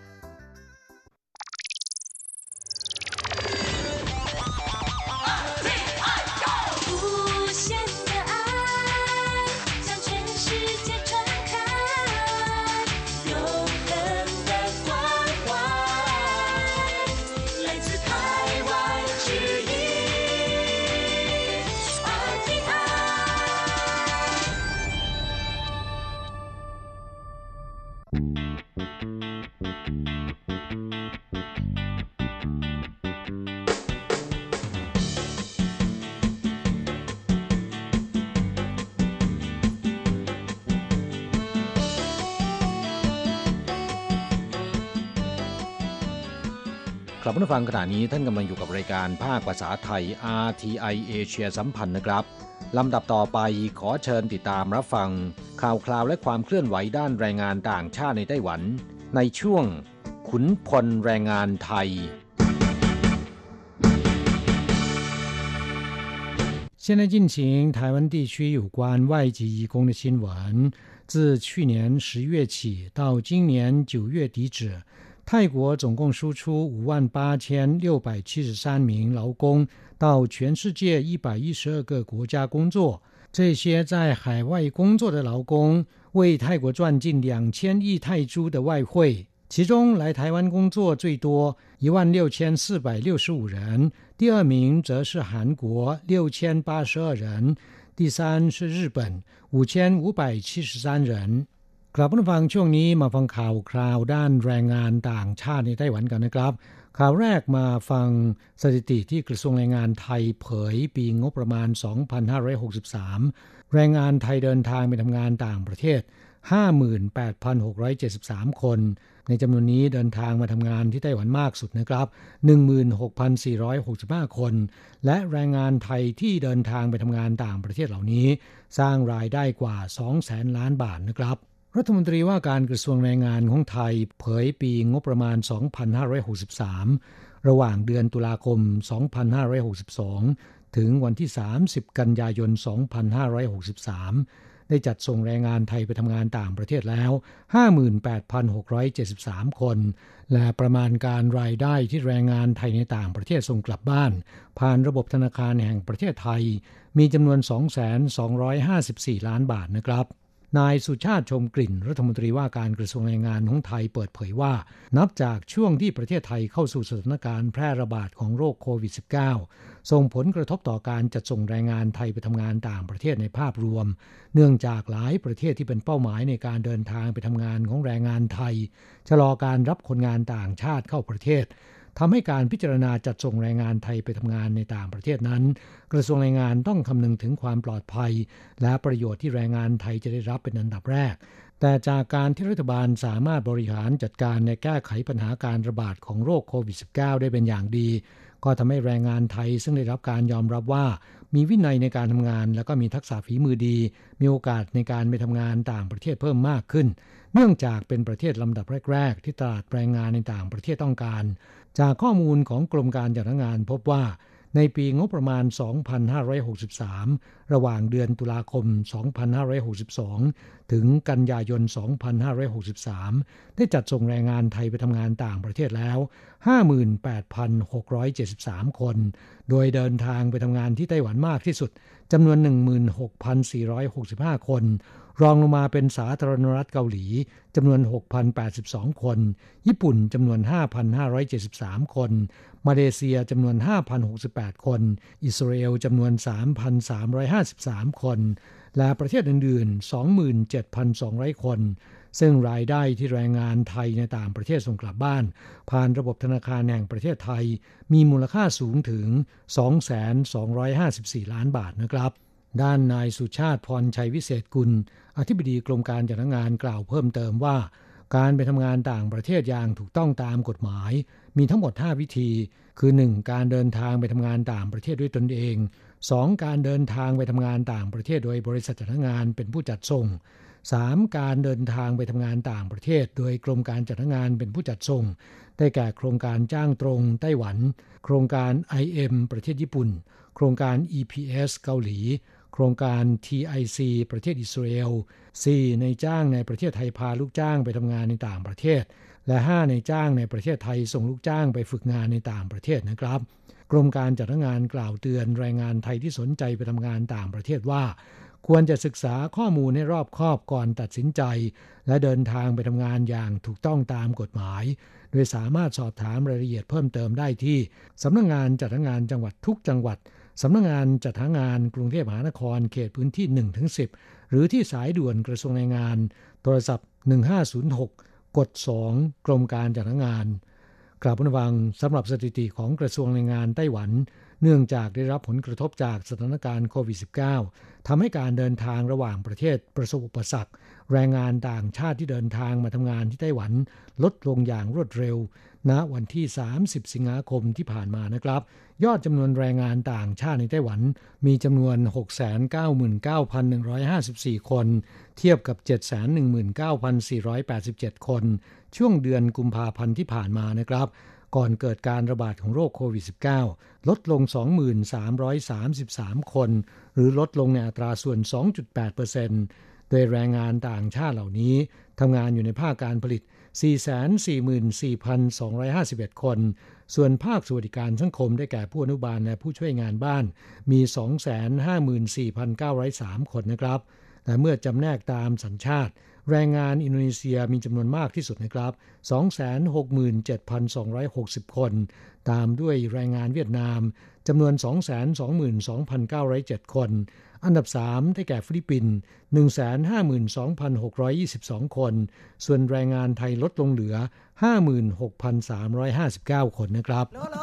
这ลับมาฟังขณะนี้ท่านกำลังอยู่กับรายการภาคภาษาไทย RTI เอเชียสัมพันธ์นะครับลำดับต่อไปขอเชิญติดตามรับฟังข่าวคราวและความเคลื่อนไหวด้านแรงงานต่างชาติในไต้หวันในช่วงขุนพลแรงงานไทย现在进行台湾地区有关外籍移工的新闻。自去年10月起到今年9月底止，泰国总共输出58,673名劳工到全世界112个国家工作。这些在海外工作的劳工为泰国赚进2000亿泰铢的外汇。其中来台湾工作最多16,465人，第二名则是韩国6,082人，第三是日本5,573人。กลับมาฟังช่วงนี้มาฟังข่าวคราวด้านแรงงานต่างชาติในไต้หวันกันนะครับข่าวแรกมาฟังสถิติที่กระทรวงแรงงานไทยเผยปีงบประมาณ2563แรงงานไทยเดินทางไปทำงานต่างประเทศ 58,673 คนในจำนวนนี้เดินทางมาทำงานที่ไต้หวันมากสุดนะครับ 16,465 คนและแรงงานไทยที่เดินทางไปทำงานต่างประเทศเหล่านี้สร้างรายได้กว่า 200,000 ล้านบาทนะครับรัฐมนตรีว่าการกระทรวงแรงงานของไทยเผยปีงบประมาณ2563ระหว่างเดือนตุลาคม2562ถึงวันที่30กันยายน2563ได้จัดส่งแรงงานไทยไปทำงานต่างประเทศแล้ว 58,673 คนและประมาณการรายได้ที่แรงงานไทยในต่างประเทศส่งกลับบ้านผ่านระบบธนาคารแห่งประเทศไทยมีจำนวน 2,254 ล้านบาทนะครับนายสุชาติชมกลิ่นรัฐมนตรีว่าการกระทรวงแรงงานของไทยเปิดเผยว่านับจากช่วงที่ประเทศไทยเข้าสู่สถานการณ์แพร่ระบาดของโรคโควิด -19 ส่งผลกระทบต่อการจัดส่งแรงงานไทยไปทำงานต่างประเทศในภาพรวมเนื่องจากหลายประเทศที่เป็นเป้าหมายในการเดินทางไปทำงานของแรงงานไทยชะลอการรับคนงานต่างชาติเข้าประเทศทำให้การพิจารณาจัดส่งแรงงานไทยไปทำงานในต่างประเทศนั้นกระทรวงแรงงานต้องคำนึงถึงความปลอดภัยและประโยชน์ที่แรงงานไทยจะได้รับเป็นอันดับแรกแต่จากการที่รัฐบาลสามารถบริหารจัดการในแก้ไขปัญหาการระบาดของโรคโควิด -19 ได้เป็นอย่างดีก็ทำให้แรงงานไทยซึ่งได้รับการยอมรับว่ามีวินัยในการทำงานและก็มีทักษะฝีมือดีมีโอกาสในการไปทำงานต่างประเทศเพิ่มมากขึ้นเนื่องจากเป็นประเทศลำดับแรกๆที่ตลาดแรงงานในต่างประเทศต้องการจากข้อมูลของกรมการจัดหางานพบว่าในปีงบประมาณ2563ระหว่างเดือนตุลาคม2562ถึงกันยายน2563ได้จัดส่งแรงงานไทยไปทำงานต่างประเทศแล้ว 58,673 คนโดยเดินทางไปทำงานที่ไต้หวันมากที่สุดจำนวน 16,465 คนรองลงมาเป็นสาธารณรัฐเกาหลีจำนวน 6,082 คนญี่ปุ่นจำนวน 5,573 คนมาเลเซียจำนวน 5,068 คนอิสราเอลจำนวน 3,353 คนและประเทศอื่นๆ 27,200 คนซึ่งรายได้ที่แรงงานไทยในต่างประเทศส่งกลับบ้านผ่านระบบธนาคารแห่งประเทศไทยมีมูลค่าสูงถึง 2,254 ล้านบาทนะครับด้านนายสุชาติพรชัยวิเศษกุลอธิบดีกรมการจัดหางานกล่าวเพิ่มเติมว่าการไปทำงานต่างประเทศอย่างถูกต้องตามกฎหมายมีทั้งหมด5วิธีคือ 1. การเดินทางไปทำงานต่างประเทศด้วยตนเอง 2. การเดินทางไปทำงานต่างประเทศโดยบริษัทจัดหางานเป็นผู้จัดส่ง 3. การเดินทางไปทำงานต่างประเทศโดยกรมการจัดหางานเป็นผู้จัดส่งได้แก่โครงการจ้างตรงไต้หวันโครงการ IM ประเทศญี่ปุ่นโครงการ EPS เกาหลีโครงการ TIC ประเทศอิสราเอล 4. ในจ้างในประเทศไทยพาลูกจ้างไปทำงานในต่างประเทศและ 5. ในจ้างในประเทศไทยส่งลูกจ้างไปฝึกงานในต่างประเทศนะครับกรมการจัดหางานกล่าวเตือนแรงงานไทยที่สนใจไปทำงานต่างประเทศว่าควรจะศึกษาข้อมูลให้รอบคอบก่อนตัดสินใจและเดินทางไปทำงานอย่างถูกต้องตามกฎหมายโดยสามารถสอบถามรายละเอียดเพิ่มเติมได้ที่สำนักงานจัดหางานจังหวัดทุกจังหวัดสำนักงานจัดหางานกรุงเทพมหานครเขตพื้นที่ 1-10 หรือที่สายด่วนกระทรวงแรงงานโทรศัพท์1506กด2กรมการจัดหางานกราบผู้ฟังสำหรับสถิติของกระทรวงแรงงานไต้หวันเนื่องจากได้รับผลกระทบจากสถานการณ์โควิด -19 ทำให้การเดินทางระหว่างประเทศประสบอุปสรรคแรงงานต่างชาติที่เดินทางมาทำงานที่ไต้หวันลดลงอย่างรวดเร็วณวันที่30สิงหาคมที่ผ่านมานะครับยอดจำนวนแรงงานต่างชาติในไต้หวันมีจำนวน 699,154 คนเทียบกับ 719,487 คนช่วงเดือนกุมภาพันธ์ที่ผ่านมานะครับก่อนเกิดการระบาดของโรคโควิด -19 ลดลง 2333 คนหรือลดลงในอัตราส่วน 2.8%โดยแรงงานต่างชาติเหล่านี้ทำงานอยู่ในภาคการผลิต 444,251 คนส่วนภาคสวัสดิการสังคมได้แก่ผู้อนุบาลและผู้ช่วยงานบ้านมี 254,903 คนนะครับแต่เมื่อจำแนกตามสัญชาติแรงงานอินโดนีเซียมีจำนวนมากที่สุดนะครับ 267,260 คนตามด้วยแรงงานเวียดนามจำนวน 222,907 คนอันดับ3ได้แก่ฟิลิปปินส์ 152,622 คนส่วนแรงงานไทยลดลงเหลือ 56,359 คนนะครับ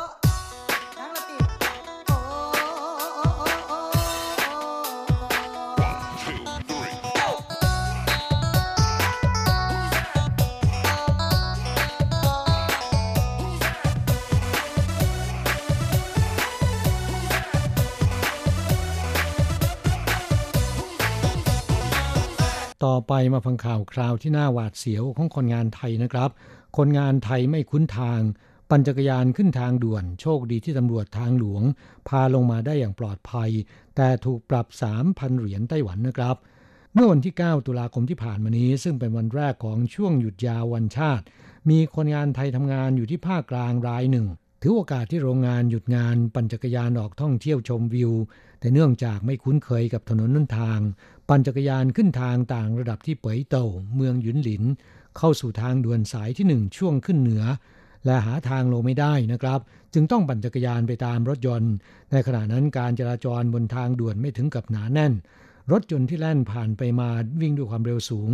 ต่อไปมาฟังข่าวคราวที่น่าหวาดเสียวของคนงานไทยนะครับคนงานไทยไม่คุ้นทางปั่นจักรยานขึ้นทางด่วนโชคดีที่ตำรวจทางหลวงพาลงมาได้อย่างปลอดภัยแต่ถูกปรับ 3,000 เหรียญไต้หวันนะครับเมื่อวันที่9ตุลาคมที่ผ่านมานี้ซึ่งเป็นวันแรกของช่วงหยุดยาววันชาติมีคนงานไทยทำงานอยู่ที่ภาคกลางรายหนึ่งถือโอกาสที่โรงงานหยุดงานปั่นจักรยานออกท่องเที่ยวชมวิวแต่เนื่องจากไม่คุ้นเคยกับถนนหนทางปั่นจักรยานขึ้นทางต่างระดับที่เป๋ยเต่าเมืองหยุนหลินเข้าสู่ทางด่วนสายที่1ช่วงขึ้นเหนือและหาทางลงไม่ได้นะครับจึงต้องปั่นจักรยานไปตามรถยนต์ในขณะนั้นการจราจรบนทางด่วนไม่ถึงกับหนาแน่นรถยนต์ที่แล่นผ่านไปมาวิ่งด้วยความเร็วสูง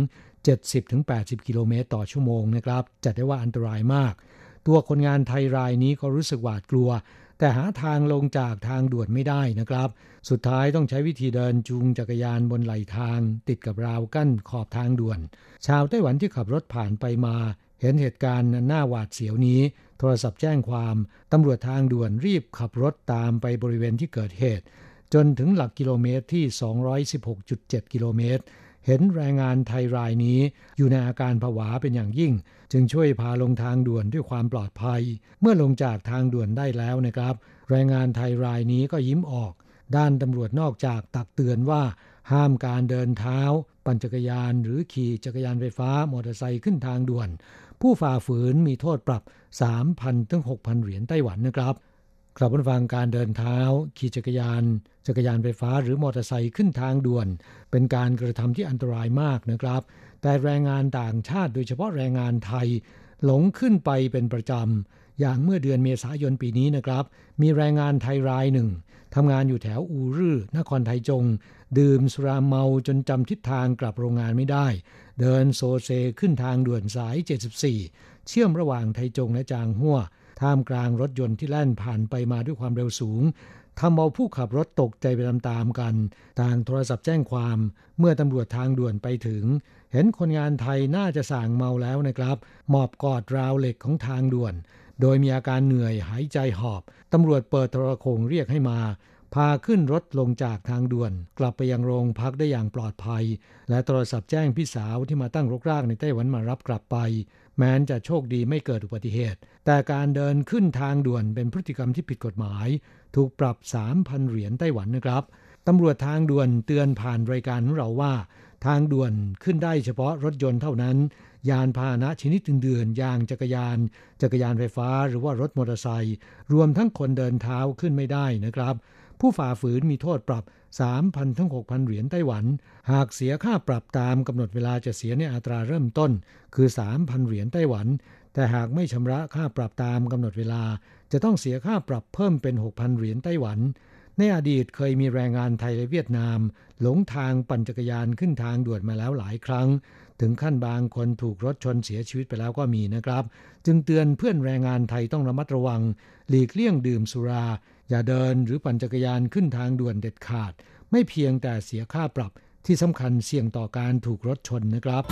70-80 กิโลเมตรต่อชั่วโมงนะครับจัดได้ว่าอันตรายมากตัวคนงานไทยรายนี้ก็รู้สึกหวาดกลัวแต่หาทางลงจากทางด่วนไม่ได้นะครับสุดท้ายต้องใช้วิธีเดินจูงจักรยานบนไหลทางติดกับราวกั้นขอบทางด่วนชาวไต้หวันที่ขับรถผ่านไปมาเห็นเหตุการณ์น่าหวาดเสียวนี้โทรศัพท์แจ้งความตำรวจทางด่วนรีบขับรถตามไปบริเวณที่เกิดเหตุจนถึงหลักกิโลเมตรที่ 216.7 กิโลเมตรเห็นแรงงานไทยรายนี้อยู่ในอาการผวาเป็นอย่างยิ่งจึงช่วยพาลงทางด่วนด้วยความปลอดภัยเมื่อลงจากทางด่วนได้แล้วนะครับแรงงานไทยรายนี้ก็ยิ้มออกด้านตำรวจนอกจากตักเตือนว่าห้ามการเดินเท้าปั่นจักรยานหรือขี่จักรยานไฟฟ้ามอเตอร์ไซค์ขึ้นทางด่วนผู้ฝ่าฝืนมีโทษปรับ 3,000 ถึง 6,000 เหรียญไต้หวันนะครับกลับมาฟังการเดินเท้าขี่จักรยานไฟฟ้าหรือมอเตอร์ไซค์ขึ้นทางด่วนเป็นการกระทำที่อันตรายมากนะครับแต่แรงงานต่างชาติโดยเฉพาะแรงงานไทยหลงขึ้นไปเป็นประจำอย่างเมื่อเดือนเมษายนปีนี้นะครับมีแรงงานไทยรายหนึ่งทำงานอยู่แถวอูรื่อนครไทจงดื่มสุราเมาจนจำทิศทางกลับโรงงานไม่ได้เดินโซเซขึ้นทางด่วนสาย74เชื่อมระหว่างไทจงและจางฮั่วท่ามกลางรถยนต์ที่แล่นผ่านไปมาด้วยความเร็วสูงทำเอาผู้ขับรถตกใจไปตามๆกันต่างโทรศัพท์แจ้งความเมื่อตำรวจทางด่วนไปถึงเห็นคนงานไทยน่าจะส่างเมาแล้วนะครับหมอบกอดราวเหล็กของทางด่วนโดยมีอาการเหนื่อยหายใจหอบตำรวจเปิดโทรโข่งเรียกให้มาพาขึ้นรถลงจากทางด่วนกลับไปยังโรงพักได้อย่างปลอดภัยและโทรศัพท์แจ้งพี่สาวที่มาตั้งรกรากในไต้หวันมารับกลับไปแม้จะโชคดีไม่เกิดอุบัติเหตุแต่การเดินขึ้นทางด่วนเป็นพฤติกรรมที่ผิดกฎหมายถูกปรับ 3,000 เหรียญไต้หวันนะครับตำรวจทางด่วนเตือนผ่านรายการของเราว่าทางด่วนขึ้นได้เฉพาะรถยนต์เท่านั้นยานพาหนะชนิดอื่นๆอย่างจักรยานไฟฟ้าหรือว่ารถมอเตอร์ไซค์รวมทั้งคนเดินเท้าขึ้นไม่ได้นะครับผู้ฝ่าฝืนมีโทษปรับ 3,000 ถึง 6,000 เหรียญไต้หวันหากเสียค่าปรับตามกำหนดเวลาจะเสียในอัตราเริ่มต้นคือ 3,000 เหรียญไต้หวันแต่หากไม่ชำระค่าปรับตามกำหนดเวลาจะต้องเสียค่าปรับเพิ่มเป็น 6,000 เหรียญไต้หวันในอดีตเคยมีแรงงานไทยและเวียดนามหลงทางปั่นจักรยานขึ้นทางด่วนมาแล้วหลายครั้งถึงขั้นบางคนถูกรถชนเสียชีวิตไปแล้วก็มีนะครับจึงเตือนเพื่อนแรงงานไทยต้องระมัดระวังหลีกเลี่ยงดื่มสุราอย่าเดินหรือปั่นจักรยานขึ้นทางด่วนเด็ดขาดไม่เพียงแต่เสียค่าปรับที่สำคัญเสี่ยงต่อการถูกรถชนนะครับ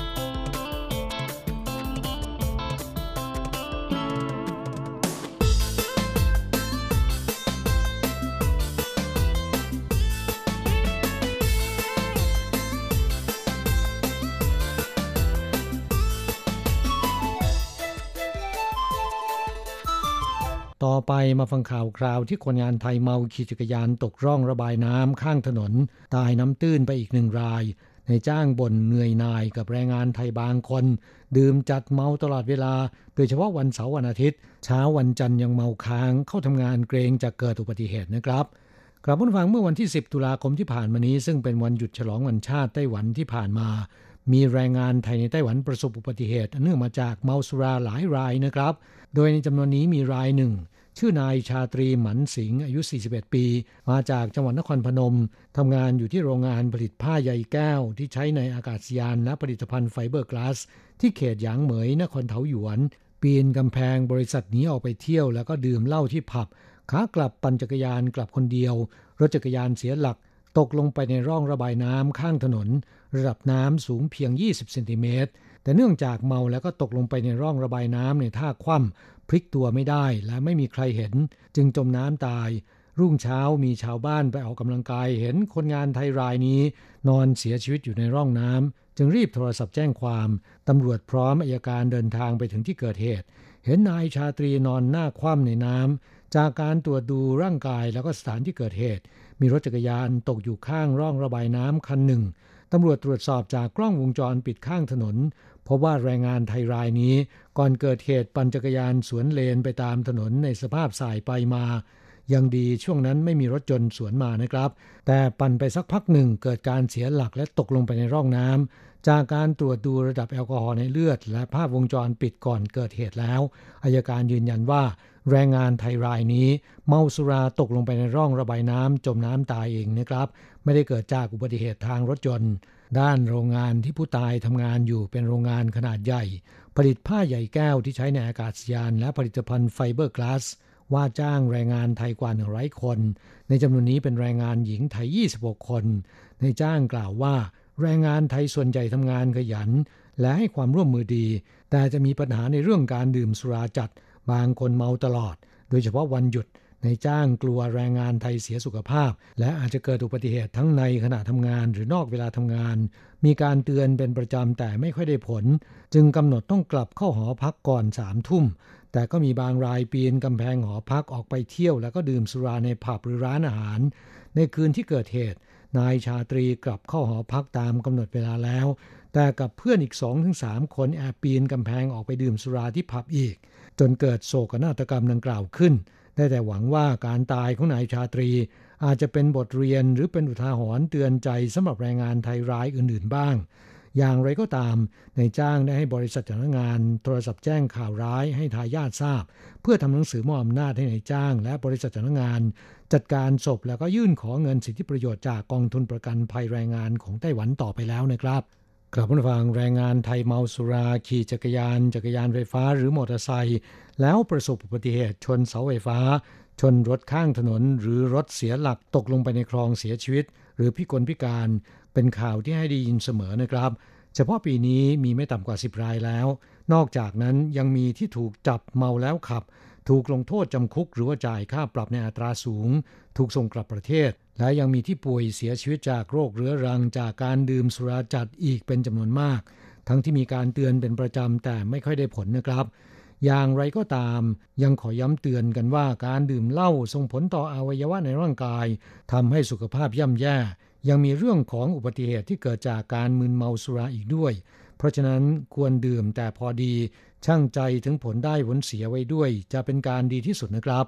ต่อไปมาฟังข่าวคราวที่คนงานไทยเมาขี่จักรยานตกร่องระบายน้ำข้างถนนตายน้ำตื้นไปอีก1 รายในจ้างบ่นเหนื่อยหน่ายกับแรงงานไทยบางคนดื่มจัดเมาตลอดเวลาโดยเฉพาะวันเสาร์วันอาทิตย์เช้าวันจันทร์ยังเมาค้างเข้าทำงานเกรงจะเกิดอุบัติเหตุนะครับกลับมาฟังเมื่อวันที่10 ตุลาคมที่ผ่านมานี้ซึ่งเป็นวันหยุดฉลองวันชาติไต้หวันที่ผ่านมามีแรงงานไทยในไต้หวันประสบอุบัติเหตุเนื่องมาจากเมาสุราหลายรายนะครับโดยในจำนวนนี้มีรายหนึ่งชื่อนายชาตรีหมันสิงห์อายุ41 ปีมาจากจังหวัดนครพนมทำงานอยู่ที่โรงงานผลิตผ้าใยแก้วที่ใช้ในอากาศยานและผลิตภัณฑ์ไฟเบอร์กลาสที่เขตหยางเหมยนครเทาหยวนปีนกำแพงบริษัทหนีออกไปเที่ยวแล้วก็ดื่มเหล้าที่ผับขากลับปั่นจักรยานกลับคนเดียวรถจักรยานเสียหลักตกลงไปในร่องระบายน้ำข้างถนนระดับน้ำสูงเพียง20 เซนติเมตรแต่เนื่องจากเมาแล้วก็ตกลงไปในร่องระบายน้ำในท่าคว่ำพลิกตัวไม่ได้และไม่มีใครเห็นจึงจมน้ำตายรุ่งเช้ามีชาวบ้านไปออกกำลังกายเห็นคนงานไทยรายนี้นอนเสียชีวิตอยู่ในร่องน้ำจึงรีบโทรศัพท์แจ้งความตำรวจพร้อมอัยการเดินทางไปถึงที่เกิดเหตุเห็นนายชาตรีนอนหน้าคว่ำในน้ำจากการตรวจดูร่างกายแล้วก็สถานที่เกิดเหตุมีรถจักรยานตกอยู่ข้างร่องระบายน้ำคันหนึ่งตำรวจตรวจสอบจากกล้องวงจรปิดข้างถนนพบว่าแรงงานไทยรายนี้ก่อนเกิดเหตุปั่นจักรยานสวนเลนไปตามถนนในสภาพสายไปมายังดีช่วงนั้นไม่มีรถยนต์สวนมานะครับแต่ปั่นไปสักพักหนึ่งเกิดการเสียหลักและตกลงไปในร่องน้ำจากการตรวจดูระดับแอลกอฮอล์ในเลือดและภาพวงจรปิดก่อนเกิดเหตุแล้วอัยการยืนยันว่าแรงงานไทยรายนี้เมาสุราตกลงไปในร่องระบายน้ำจมน้ำตายเองนะครับไม่ได้เกิดจากอุบัติเหตุทางรถยนต์ด้านโรงงานที่ผู้ตายทำงานอยู่เป็นโรงงานขนาดใหญ่ผลิตผ้าใยแก้วที่ใช้ในอากาศยานและผลิตภัณฑ์ไฟเบอร์กลาสว่าจ้างแรงงานไทยกว่า100 คนในจำนวนนี้เป็นแรงงานหญิงไทย26 คนในจ้างกล่าวว่าแรงงานไทยส่วนใหญ่ทำงานขยันและให้ความร่วมมือดีแต่จะมีปัญหาในเรื่องการดื่มสุราจัดบางคนเมาตลอดโดยเฉพาะวันหยุดในจ้างกลัวแรงงานไทยเสียสุขภาพและอาจจะเกิดอุบัติเหตุทั้งในขณะทำงานหรือนอกเวลาทำงานมีการเตือนเป็นประจำแต่ไม่ค่อยได้ผลจึงกำหนดต้องกลับเข้าหอพักก่อน3 ทุ่มแต่ก็มีบางรายปีนกำแพงหอพักออกไปเที่ยวแล้วก็ดื่มสุราในผับหรือร้านอาหารในคืนที่เกิดเหตุนายชาตรีกลับเข้าหอพักตามกำหนดเวลาแล้วแต่กับเพื่อนอีก 2-3 คนแอบปีนกำแพงออกไปดื่มสุราที่ผับอีกจนเกิดโศกนาฏกรรมดังกล่าวขึ้นได้แต่หวังว่าการตายของนายชาตรีอาจจะเป็นบทเรียนหรือเป็นอุทาหรณ์เตือนใจสำหรับแรงงานไทยรายอื่นๆบ้างอย่างไรก็ตามนายจ้างได้ให้บริษัทจ้างงานโทรศัพท์แจ้งข่าวร้ายให้ทายาททราบเพื่อทำหนังสือมอบอำนาจให้นายจ้างและบริษัทจ้างงานจัดการศพแล้วก็ยื่นขอเงินสิทธิประโยชน์จากกองทุนประกันภัยแรงงานของไต้หวันต่อไปแล้วนะครับกลับมาฟังแรงงานไทยเมาสุราขี่จักรยานไฟฟ้าหรือมอเตอร์ไซค์แล้วประสบอุบัติเหตุชนเสาไฟฟ้าชนรถข้างถนนหรือรถเสียหลักตกลงไปในคลองเสียชีวิตหรือพิกลพิการเป็นข่าวที่ให้ได้ยินเสมอนะครับเฉพาะปีนี้มีไม่ต่ำกว่า10 รายแล้วนอกจากนั้นยังมีที่ถูกจับเมาแล้วขับถูกลงโทษจำคุกหรือว่าจ่ายค่าปรับในอัตราสูงถูกส่งกลับประเทศและยังมีที่ป่วยเสียชีวิตจากโรคเรื้อรังจากการดื่มสุราจัดอีกเป็นจำนวนมากทั้งที่มีการเตือนเป็นประจำแต่ไม่ค่อยได้ผลนะครับอย่างไรก็ตามยังขอย้ำเตือนกันว่าการดื่มเหล้าส่งผลต่ออวัยวะในร่างกายทำให้สุขภาพย่ำแย่ยังมีเรื่องของอุบัติเหตุที่เกิดจากการมึนเมาสุราอีกด้วยเพราะฉะนั้นควรดื่มแต่พอดีชั่งใจถึงผลได้ผลเสียไว้ด้วยจะเป็นการดีที่สุดนะครับ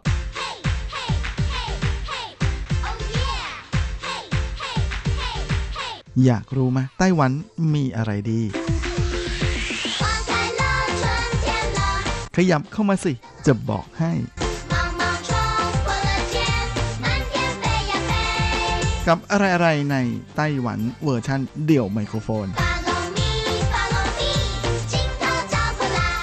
อยากรู้ไหมไต้หวันมีอะไรดีขยับเข้ามาสิจะบอกให้กับอะไรๆในไต้หวันเวอร์ชันเดี่ยวไมโครโฟน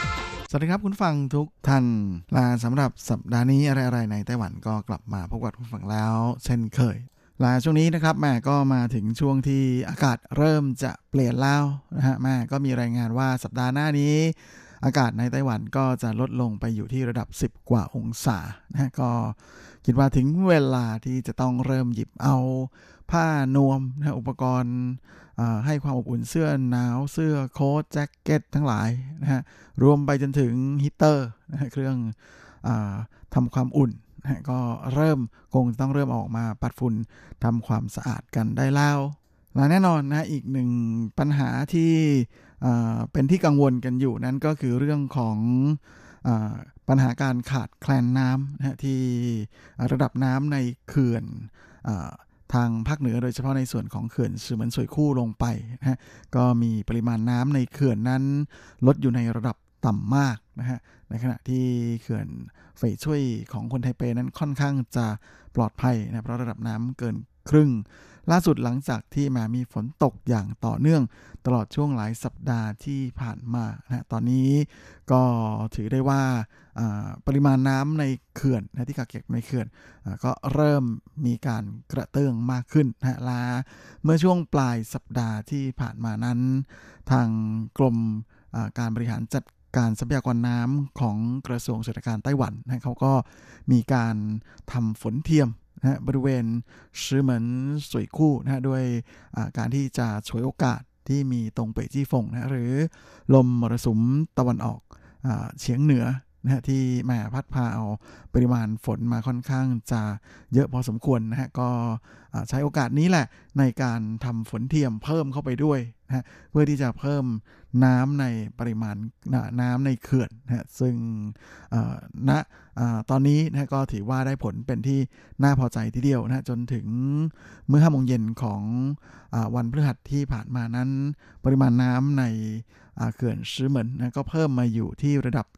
สวัสดีครับคุณฟังทุกท่านและสำหรับสัปดาห์นี้อะไรๆในไต้หวันก็กลับมาพบกับคุณฟังแล้วเช่นเคยและช่วงนี้นะครับแม่ก็มาถึงช่วงที่อากาศเริ่มจะเปลี่ยนแล้วนะฮะแม่ก็มีรายงานว่าสัปดาห์หน้านี้อากาศในไต้หวันก็จะลดลงไปอยู่ที่ระดับ10กว่าองศานะฮะก็คิดว่าถึงเวลาที่จะต้องเริ่มหยิบเอาผ้านวมนะอุปกรณ์ให้ความอบอุ่นเสื้อหนาวเสื้อโค้ทแจ็คเก็ตทั้งหลายนะฮะรวมไปจนถึงฮีตเตอร์นะฮะเครื่องทำความอุ่นนะก็คงต้องเริ่มออกมาปัดฝุ่นทำความสะอาดกันได้แล้วและแน่นอนนะอีกหนึ่งปัญหาที่เป็นที่กังวลกันอยู่นั้นก็คือเรื่องของปัญหาการขาดแคลนน้ำนะที่ระดับน้ำในเขื่อนทางภาคเหนือโดยเฉพาะในส่วนของเขื่อนซือเหมินสวยคู่ลงไปนะฮะก็มีปริมาณน้ำในเขื่อนนั้นลดอยู่ในระดับต่ำมากนะฮะในขณะที่เขื่อนเฟยช่วยของคนไทเปนั้นค่อนข้างจะปลอดภัยนะเพราะระดับน้ำเกินครึ่งล่าสุดหลังจากที่มีฝนตกอย่างต่อเนื่องตลอดช่วงหลายสัปดาห์ที่ผ่านมานะตอนนี้ก็ถือได้ว่าปริมาณน้ำในเขื่อนนะที่กักเก็บในเขื่อนก็เริ่มมีการกระเตื้องมากขึ้นนะและเมื่อช่วงปลายสัปดาห์ที่ผ่านมานั้นทางกรมการบริหารจัดการทรัพยากรน้ำของกระทรวงศึกษาธิการไต้หวันนะเขาก็มีการทำฝนเทียมนะบริเวณซือเหมินสวยคู่นะด้วยการที่จะฉวยโอกาสที่มีตรงเป่ยจี้ฟงนะหรือลมมรสุมตะวันออกเฉียงเหนือนะที่มาพัดพาเอาปริมาณฝนมาค่อนข้างจะเยอะพอสมควรนะฮะก็ใช้โอกาสนี้แหละในการทำฝนเทียมเพิ่มเข้าไปด้วยนะเพื่อที่จะเพิ่มน้ำในปริมาณน้ำในเขื่อนนะซึ่งณตอนนี้นะก็ถือว่าได้ผลเป็นที่น่าพอใจทีเดียวนะจนถึงเมื่อ 5 โมงเย็นของวันพฤหัสที่ผ่านมานั้นปริมาณน้ำในเขื่อนซือเหมินนะก็เพิ่มมาอยู่ที่ระดับ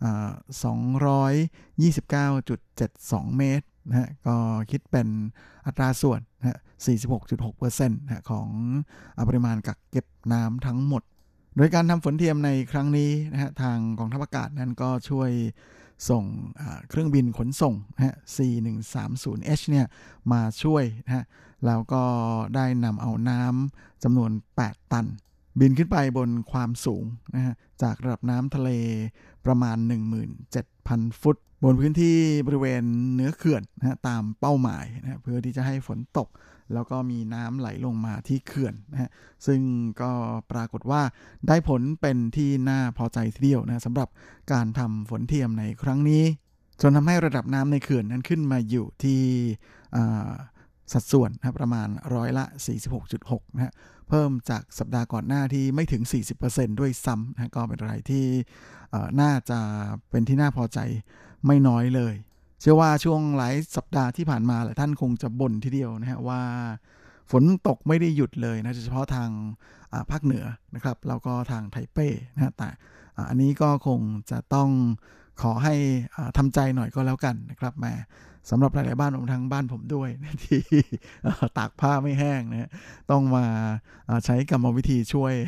229.72 เมตรนะฮะก็คิดเป็นอัตราส่วนนะฮะ 46.6% นะของปริมาณกักเก็บน้ำทั้งหมดโดยการทำฝนเทียมในครั้งนี้นะฮะทางกองทัพอากาศนั้นก็ช่วยส่งเครื่องบินขนส่งนะฮะ C130H เนี่ยมาช่วยนะฮะแล้วก็ได้นำเอาน้ำจำนวน8 ตันบินขึ้นไปบนความสูงนะฮะจากระดับน้ำทะเลประมาณ 17,000 ฟุตบนพื้นที่บริเวณเหนือเขื่อนนะฮะตามเป้าหมายนะเพื่อที่จะให้ฝนตกแล้วก็มีน้ำไหลลงมาที่เขื่อนนะฮะซึ่งก็ปรากฏว่าได้ผลเป็นที่น่าพอใจทีเดียวนะสำหรับการทำฝนเทียมในครั้งนี้จนทำให้ระดับน้ำในเขื่อนนั้นขึ้นมาอยู่ที่สัดส่วนนะประมาณ46.6%นะฮะเพิ่มจากสัปดาห์ก่อนหน้าที่ไม่ถึง 40% ด้วยซ้ำนะก็เป็นอะไรที่น่าจะเป็นที่น่าพอใจไม่น้อยเลยเชื่อว่าช่วงหลายสัปดาห์ที่ผ่านมาหลายท่านคงจะบ่นทีเดียวนะฮะว่าฝนตกไม่ได้หยุดเลยนะเฉพาะทางภาคเหนือนะครับแล้วก็ทางไทเป้นะแต่อันนี้ก็คงจะต้องขอให้ทำใจหน่อยก็แล้วกันนะครับแม่สำหรับหลายๆบ้านรวมทั้งบ้านผมด้วยที่ตากผ้าไม่แห้งนะต้องมาใช้กรรมวิธีช่วย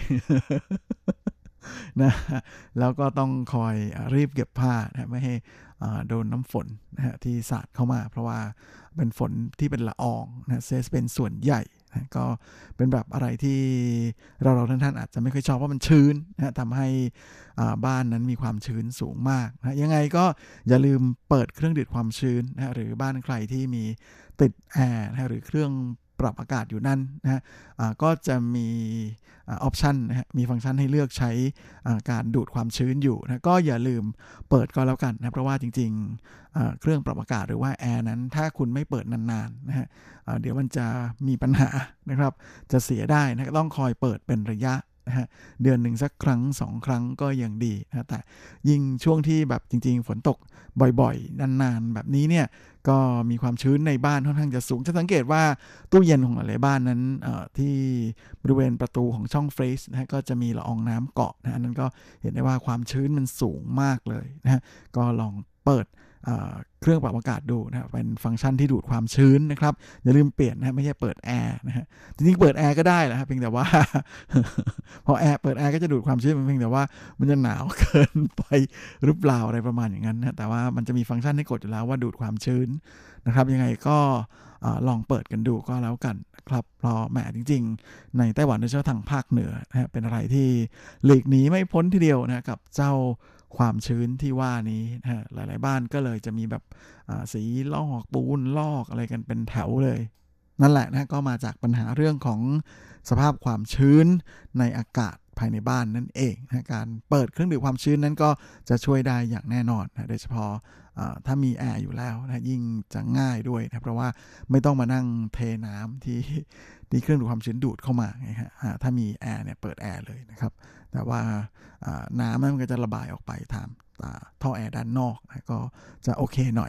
นะแล้วก็ต้องคอยรีบเก็บผ้านะไม่ให้โดนน้ำฝนนะฮะที่สาดเข้ามาเพราะว่าเป็นฝนที่เป็นละอองนะเป็นส่วนใหญ่นะก็เป็นแบบอะไรที่เราท่านอาจจะไม่ค่อยชอบเพราะมันชื้นนะทำให้บ้านนั้นมีความชื้นสูงมากนะยังไงก็อย่าลืมเปิดเครื่องดูดความชื้นนะหรือบ้านใครที่มีติดแอร์นะหรือเครื่องปรับอากาศอยู่นั่นนะก็จะมีออปชันนะฮะมีฟังก์ชันให้เลือกใช้การดูดความชื้นอยู่นะก็อย่าลืมเปิดก็แล้วกันนะเพราะว่าจริงๆเครื่องปรับอากาศหรือว่าแอร์นั้นถ้าคุณไม่เปิดนานๆนะฮะเดี๋ยวมันจะมีปัญหานะครับจะเสียได้นะต้องคอยเปิดเป็นระยะนะฮะเดือนหนึ่งสักครั้ง2 ครั้งก็ยังดีนะแต่ยิ่งช่วงที่แบบจริงๆฝนตกบ่อยๆนานๆแบบนี้เนี่ยก็มีความชื้นในบ้านค่อนข้างจะสูงจะสังเกตว่าตู้เย็นของหลายบ้านนั้นที่บริเวณประตูของช่องฟรีซนะก็จะมีละอองน้ำเกาะนะนั้นก็เห็นได้ว่าความชื้นมันสูงมากเลยนะก็ลองเปิดเครื่องปรับอากาศดูนะเป็นฟังก์ชันที่ดูดความชื้นนะครับอย่าลืมเปลี่ยนนะไม่ใช่เปิดแอร์นะฮะจริงๆเปิดแอร์ก็ได้แหละครับเพียงแต่ว่า พอเปิดแอร์ก็จะดูดความชื้นเพียงแต่ว่ามันจะหนาวเกินไปหรือเปล่าอะไรประมาณอย่างนั้นนะแต่ว่ามันจะมีฟังก์ชันให้กดอยู่แล้วว่าดูดความชื้นนะครับยังไงก็ลองเปิดกันดูก็แล้วกันครับเพราะแหมจริงๆในไต้หวันโดยเฉพาะทางภาคเหนือนะฮะเป็นอะไรที่หลีกหนีไม่พ้นทีเดียวนะกับเจ้าความชื้นที่ว่านี้นะฮะหลายๆบ้านก็เลยจะมีแบบสีลอกปูนลอกอะไรกันเป็นแถวเลยนั่นแหละนะก็มาจากปัญหาเรื่องของสภาพความชื้นในอากาศภายในบ้านนั่นเองนะการเปิดเครื่องดูดความชื้นนั้นก็จะช่วยได้อย่างแน่นอนนะโดยเฉพาะถ้ามีแอร์อยู่แล้วนะยิ่งจะง่ายด้วยนะเพราะว่าไม่ต้องมานั่งเทน้ำที่เครื่องดูดความชื้นดูดเข้ามาไงฮะถ้ามีแอร์เนี่ยเปิดแอร์เลยนะครับแต่ว่าน้ำมันก็จะระบายออกไปทางท่อแอร์ด้านนอกนะก็จะโอเคหน่อย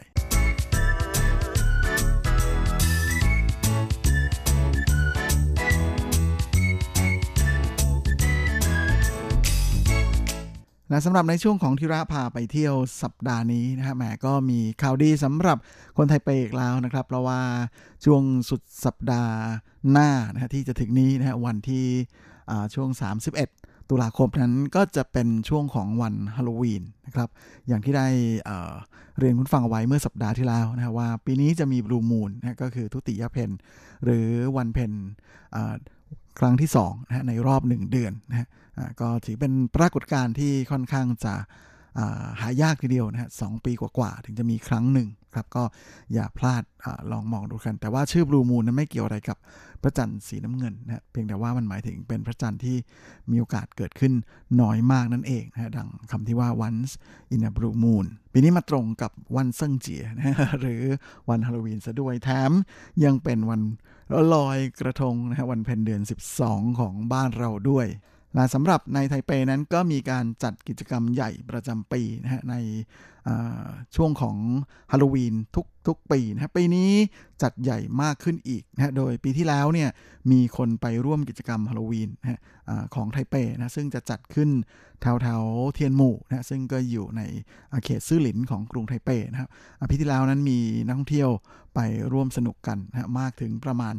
และสำหรับในช่วงของธีระพาไปเที่ยวสัปดาห์นี้นะฮะแหมก็มีข่าวดีสำหรับคนไทเปอีกแล้วนะครับเพราะว่าช่วงสุดสัปดาห์หน้านะฮะที่จะถึงนี้นะฮะวันที่ช่วง31ตุลาคมนั้นก็จะเป็นช่วงของวันฮาโลวีนนะครับอย่างที่ได้เรียนคุณฟังเอาไว้เมื่อสัปดาห์ที่แล้วนะฮะว่าปีนี้จะมีบลูมูนนะก็คือทุติยเพ็ญหรือวันเพ็ญครั้งที่2นะฮะในรอบ1เดือนนะฮะก็ถือเป็นปรากฏการณ์ที่ค่อนข้างจะหายากทีเดียวนะฮะ2ปีกว่าๆถึงจะมีครั้งหนึ่งครับก็อย่าพลาดลองมองดูกันแต่ว่าชื่อบลูมูนนั้นไม่เกี่ยวอะไรกับพระจันทร์สีน้ำเงินนะเพียงแต่ว่ามันหมายถึงเป็นพระจันทร์ที่มีโอกาสเกิดขึ้นน้อยมากนั่นเองนะดังคำที่ว่า once in a blue moon ปีนี้มาตรงกับวันเซิ่งเจี๋ยนะหรือวันฮาโลวีนซะด้วยแถมยังเป็นวันลอยกระทงนะฮะวันเพ็ญเดือน12ของบ้านเราด้วยและสำหรับในไทเปนั้นก็มีการจัดกิจกรรมใหญ่ประจำปีนะฮะในช่วงของฮาโลวีนทุกปีนะฮะปีนี้จัดใหญ่มากขึ้นอีกนะฮะโดยปีที่แล้วเนี่ยมีคนไปร่วมกิจกรรมฮาโลวีนนะฮะของไทเปนะซึ่งจะจัดขึ้นแถวเทียนหมู่นะซึ่งก็อยู่ในเขตซื่อหลินของกรุงไทเปนะครับปีที่แล้วนั้นมีนักท่องเที่ยวไปร่วมสนุกกันนะมากถึงประมาณ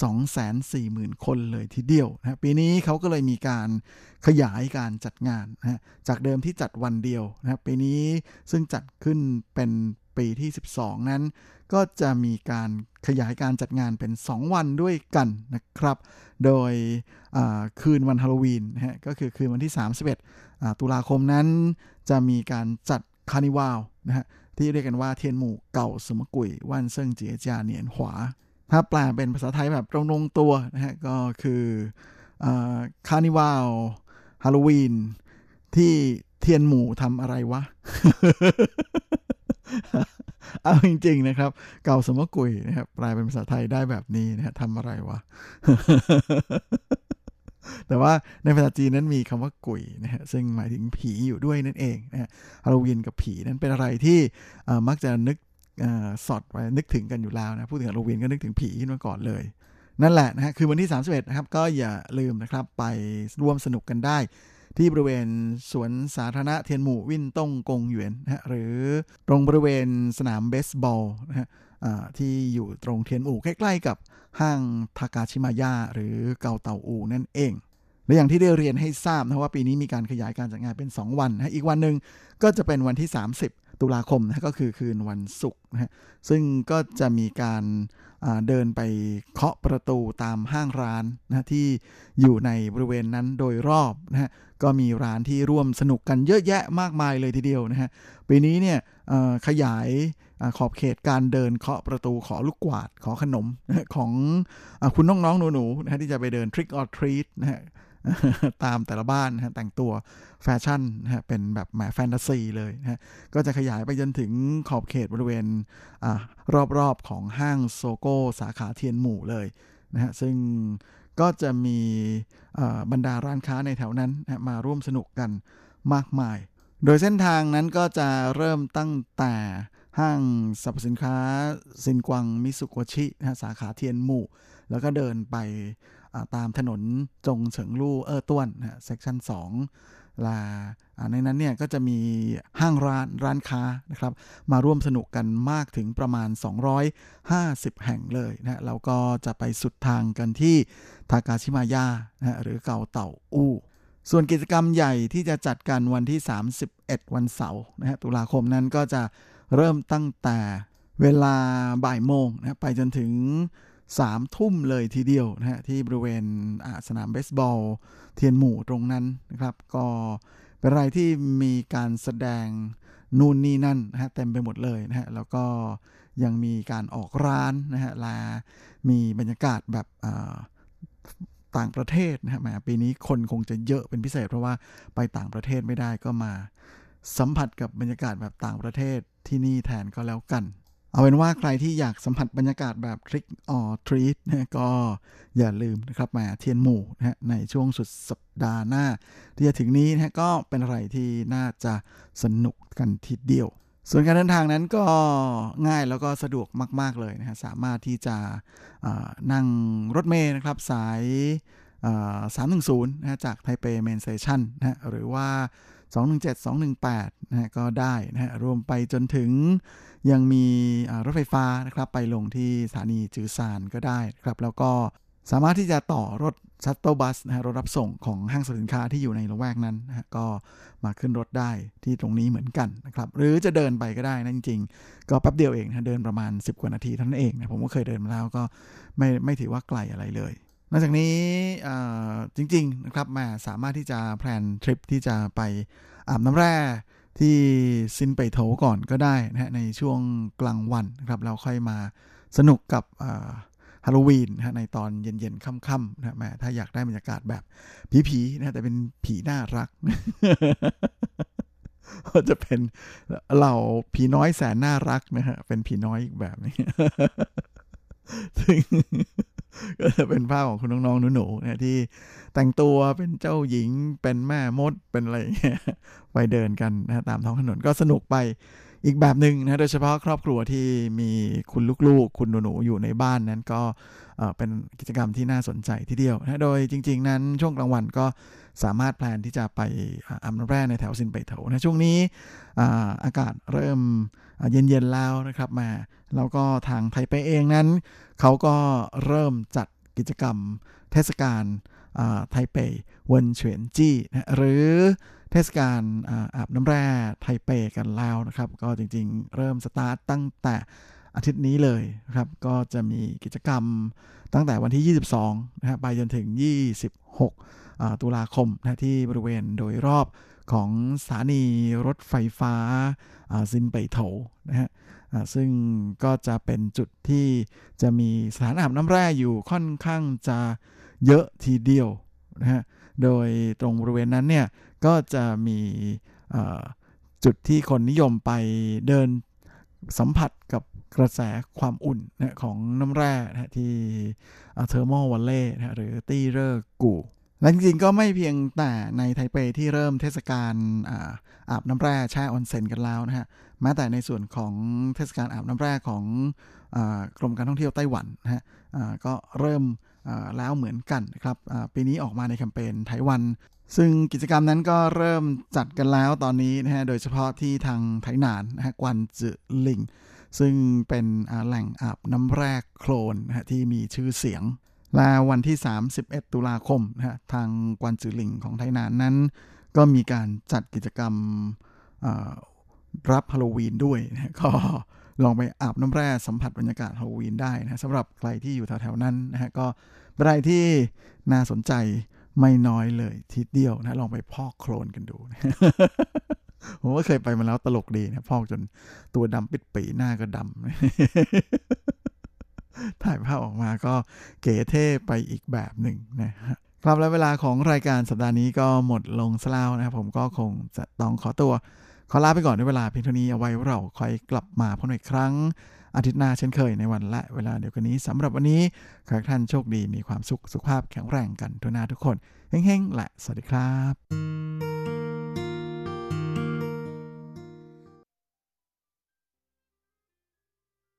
240,000 คนเลยทีเดียวนะปีนี้เขาก็เลยมีการขยายการจัดงานนะจากเดิมที่จัดวันเดียวนะปีนี้ซึ่งจัดขึ้นเป็นปีที่12นั้นก็จะมีการขยายการจัดงานเป็น2วันด้วยกันนะครับโดยคืนวันฮาโลวีนนะฮะก็คือคืนวันที่31ตุลาคมนั้นจะมีการจัดคาร์นิวัลนะฮะที่เรียกกันว่าเทียนหมู่เก่าสมกุยวันเซิงเจี๋ยจาเหนียนหวาถ้าแปลเป็นภาษาไทยแบบตรงๆตัวนะฮะก็คือคาร์นิวัลฮาโลวีนที่เทียนหมู่ทำอะไรวะ เอาจริงๆนะครับเก่าสมกุยนะครับแปลเป็นภาษาไทยได้แบบนี้นะฮะทำอะไรวะ แต่ว่าในภาษาจีนนั้นมีคำว่ากุยนะฮะซึ่งหมายถึงผีอยู่ด้วยนั่นเองนะฮะฮาโลวีนกับผีนั้นเป็นอะไรที่มักจะนึกสอดไว้นึกถึงกันอยู่แล้วนะพูดถึงฮาโลวีนก็นึกถึงผีขึ้นมาก่อนเลยนั่นแหละนะฮะคือวันที่31นะครับก็อย่าลืมนะครับไปร่วมสนุกกันได้ที่บริเวณสวนสาธารณะเทียนหมู่วินต้งกงหยวนนะฮะหรือตรงบริเวณสนามเบสบอลนะฮะที่อยู่ตรงเทียนหมู่ใกล้ๆกับห้างทากาชิมายะหรือเกาเตาอูนั่นเองและอย่างที่ได้เรียนให้ทราบนะว่าปีนี้มีการขยายการจัดงานเป็น2วันนะอีกวันนึงก็จะเป็นวันที่30ตุลาคมนะก็คือคืนวันศุกร์นะฮะซึ่งก็จะมีการเดินไปเคาะประตูตามห้างร้านนะที่อยู่ในบริเวณนั้นโดยรอบนะฮะก็มีร้านที่ร่วมสนุกกันเยอะแยะมากมายเลยทีเดียวนะฮะปีนี้เนี่ยขยายขอบเขตการเดินเคาะประตูขอลูกกวาดขอขนมนะของคุณน้องๆหนูๆนะฮะที่จะไปเดิน Trick or Treat นะฮะตามแต่ละบ้านนะฮะแต่งตัวแฟชั่นนะฮะเป็นแบบแหมแฟนตาซีเลยนะฮะก็จะขยายไปจนถึงขอบเขตบริเวณรอบๆของห้างโซโก้สาขาเทียนหมู่เลยนะฮะซึ่งก็จะมีบรรดาร้านค้าในแถวนั้นนะมาร่วมสนุกกันมากมายโดยเส้นทางนั้นก็จะเริ่มตั้งแต่ห้างสรรพสินค้าซินกวังมิซุโกชินะฮะสาขาเทียนหมู่แล้วก็เดินไปตามถนนจงเฉิงลู่ต้วนนะฮะเซกชัน2 และในนั้นเนี่ยก็จะมีห้างร้านค้านะครับมาร่วมสนุกกันมากถึงประมาณ250แห่งเลยนะแล้วก็จะไปสุดทางกันที่ทากาชิมายะนะหรือเกาเต่าอู้ส่วนกิจกรรมใหญ่ที่จะจัดกันวันที่31วันเสาร์นะฮะตุลาคมนั้นก็จะเริ่มตั้งแต่เวลาบ่ายโมงนะไปจนถึง3 ทุ่มเลยทีเดียวนะฮะที่บริเวณสนามเบสบอลเทียนหมู่ตรงนั้นนะครับก็เป็นอะไรที่มีการแสดงนู่นนี่นั่นนะฮะเต็มไปหมดเลยนะฮะแล้วก็ยังมีการออกร้านนะฮะและมีบรรยากาศแบบต่างประเทศนะฮะปีนี้คนคงจะเยอะเป็นพิเศษเพราะว่าไปต่างประเทศไม่ได้ก็มาสัมผัสกับบรรยากาศแบบต่างประเทศที่นี่แทนก็แล้วกันเอาเป็นว่าใครที่อยากสัมผัสบรรยากาศแบบ Trick or Treat นะก็อย่าลืมนะครับมาเทียนหมู่นะฮะในช่วงสุดสัปดาห์หน้าที่จะถึงนี้นะฮะก็เป็นอะไรที่น่าจะสนุกกันทีเดียวส่วนการเดินทางนั้นก็ง่ายแล้วก็สะดวกมากๆเลยนะฮะสามารถที่จะนั่งรถเมล์นะครับสาย310นะฮะจากไทเปเมนสเตชันนะฮะหรือว่า217 218นะฮะก็ได้นะฮะรวมไปจนถึงยังมีรถไฟฟ้านะครับไปลงที่สถานีจือซานก็ได้ครับแล้วก็สามารถที่จะต่อรถชัตเติลบัสนะฮะรถรับส่งของห้างสรรพสินค้าที่อยู่ในละแวกนั้นนะฮะก็มาขึ้นรถได้ที่ตรงนี้เหมือนกันนะครับหรือจะเดินไปก็ได้นะจริงๆก็แป๊บเดียวเองนะเดินประมาณ10 กว่านาทีเท่านั้นเองนะผมก็เคยเดินมาแล้วก็ไม่ถือว่าไกลอะไรเลยนอกจากนี้จริงๆนะครับมาสามารถที่จะแพลนทริปที่จะไปอาบน้ำแร่ที่ซินเป่ยโถก่อนก็ได้นะฮะในช่วงกลางวันนะครับเราค่อยมาสนุกกับฮาโลวีนนะฮะในตอนเย็นๆค่ำๆนะถ้าอยากได้บรรยากาศแบบผีๆนะแต่เป็นผีน่ารัก ก็จะเป็นเหล่าผีน้อยแสนน่ารักนะฮะเป็นผีน้อยอีกแบบนี้ ซึ่งก็จะเป็นภาพของคุณน้องๆหนูๆนะที่แต่งตัวเป็นเจ้าหญิงเป็นแม่มดเป็นอะไรอย่างเงี้ยไปเดินกันนะตามท้องถนนก็สนุกไปอีกแบบนึงนะโดยเฉพาะครอบครัวที่มีคุณลูกๆคุณหนูๆอยู่ในบ้านนั้นก็เป็นกิจกรรมที่น่าสนใจทีเดียวนะโดยจริงๆนั้นช่วงกลางวันก็สามารถแพลนที่จะไปอาบน้ำแร่ในแถวซินเป่ยโถนะช่วงนี้อากาศเริ่มเย็นๆแล้วนะครับมาแล้วก็ทางไทเปเองนั้นเขาก็เริ่มจัดกิจกรรมเทศกาลไทเปเวินเฉียนจี้นะหรือเทศกาลอาบน้ำแร่ไทเปกันแล้วนะครับก็จริงๆเริ่มสตาร์ตตั้งแต่อาทิตย์นี้เลยนะครับก็จะมีกิจกรรมตั้งแต่วันที่22นะฮะไปจนถึง26ตุลาคมนะที่บริเวณโดยรอบของสถานีรถไฟฟ้าซินเป่ยโถนะฮะซึ่งก็จะเป็นจุดที่จะมีสถานอาบน้ำแร่อยู่ค่อนข้างจะเยอะทีเดียวนะฮะโดยตรงบริเวณนั้นเนี่ยก็จะมีจุดที่คนนิยมไปเดินสัมผัสกับกระแสความอุ่นนะของน้ำแร่นะที่เทอร์โมวัลเล่นะหรือตี้เรอกูและจริงๆก็ไม่เพียงแต่ในไทเปที่เริ่มเทศกาลอาบน้ำแร่แช่ออนเซ็นกันแล้วนะฮะแม้แต่ในส่วนของเทศกาลอาบน้ำแร่ของกรมการท่องเที่ยวไต้หวันนะฮะก็เริ่มแล้วเหมือนกันนะครับปีนี้ออกมาในแคมเปญไต้หวันซึ่งกิจกรรมนั้นก็เริ่มจัดกันแล้วตอนนี้นะฮะโดยเฉพาะที่ทางไถหนานนะฮะกวนจือหลิงซึ่งเป็นแหล่งอาบน้ำแร่โคลนนะฮะที่มีชื่อเสียงและวันที่31ตุลาคมนะฮะทางกวนจือหลิงของไถหนานนั้นก็มีการจัดกิจกรรมรับฮาโลวีนด้วยนะก็ลองไปอาบน้ำแร่สัมผัสบรรยากาศฮาโลวีนได้นะสำหรับใครที่อยู่แถวๆนั้นนะฮะก็เป็นอะไรที่น่าสนใจไม่น้อยเลยทีเดียวนะลองไปพอกโคลนกันดูนะ ผมก็เคยไปมาแล้วตลกดีนะพอกจนตัวดำปิดปีหน้าก็ดำ ถ่ายภาพออกมาก็เก๋เท่ไปอีกแบบหนึ่งนะครับแล้วเวลาของรายการสัปดาห์นี้ก็หมดลงซะแล้วนะครับผมก็คงจะต้องขอลาไปก่อนด้วยเวลาเพียงเท่านี้เอาไว้เราค่อยกลับมาพบกันอีกครั้งอาทิตย์หน้าเช่นเคยในวันและเวลาเดียวกันนี้สำหรับวันนี้ขอให้ท่านโชคดีมีความสุขสุขภาพแข็งแรงกันทุกหน้าทุกคนเฮ้งๆและสวัสดีครับ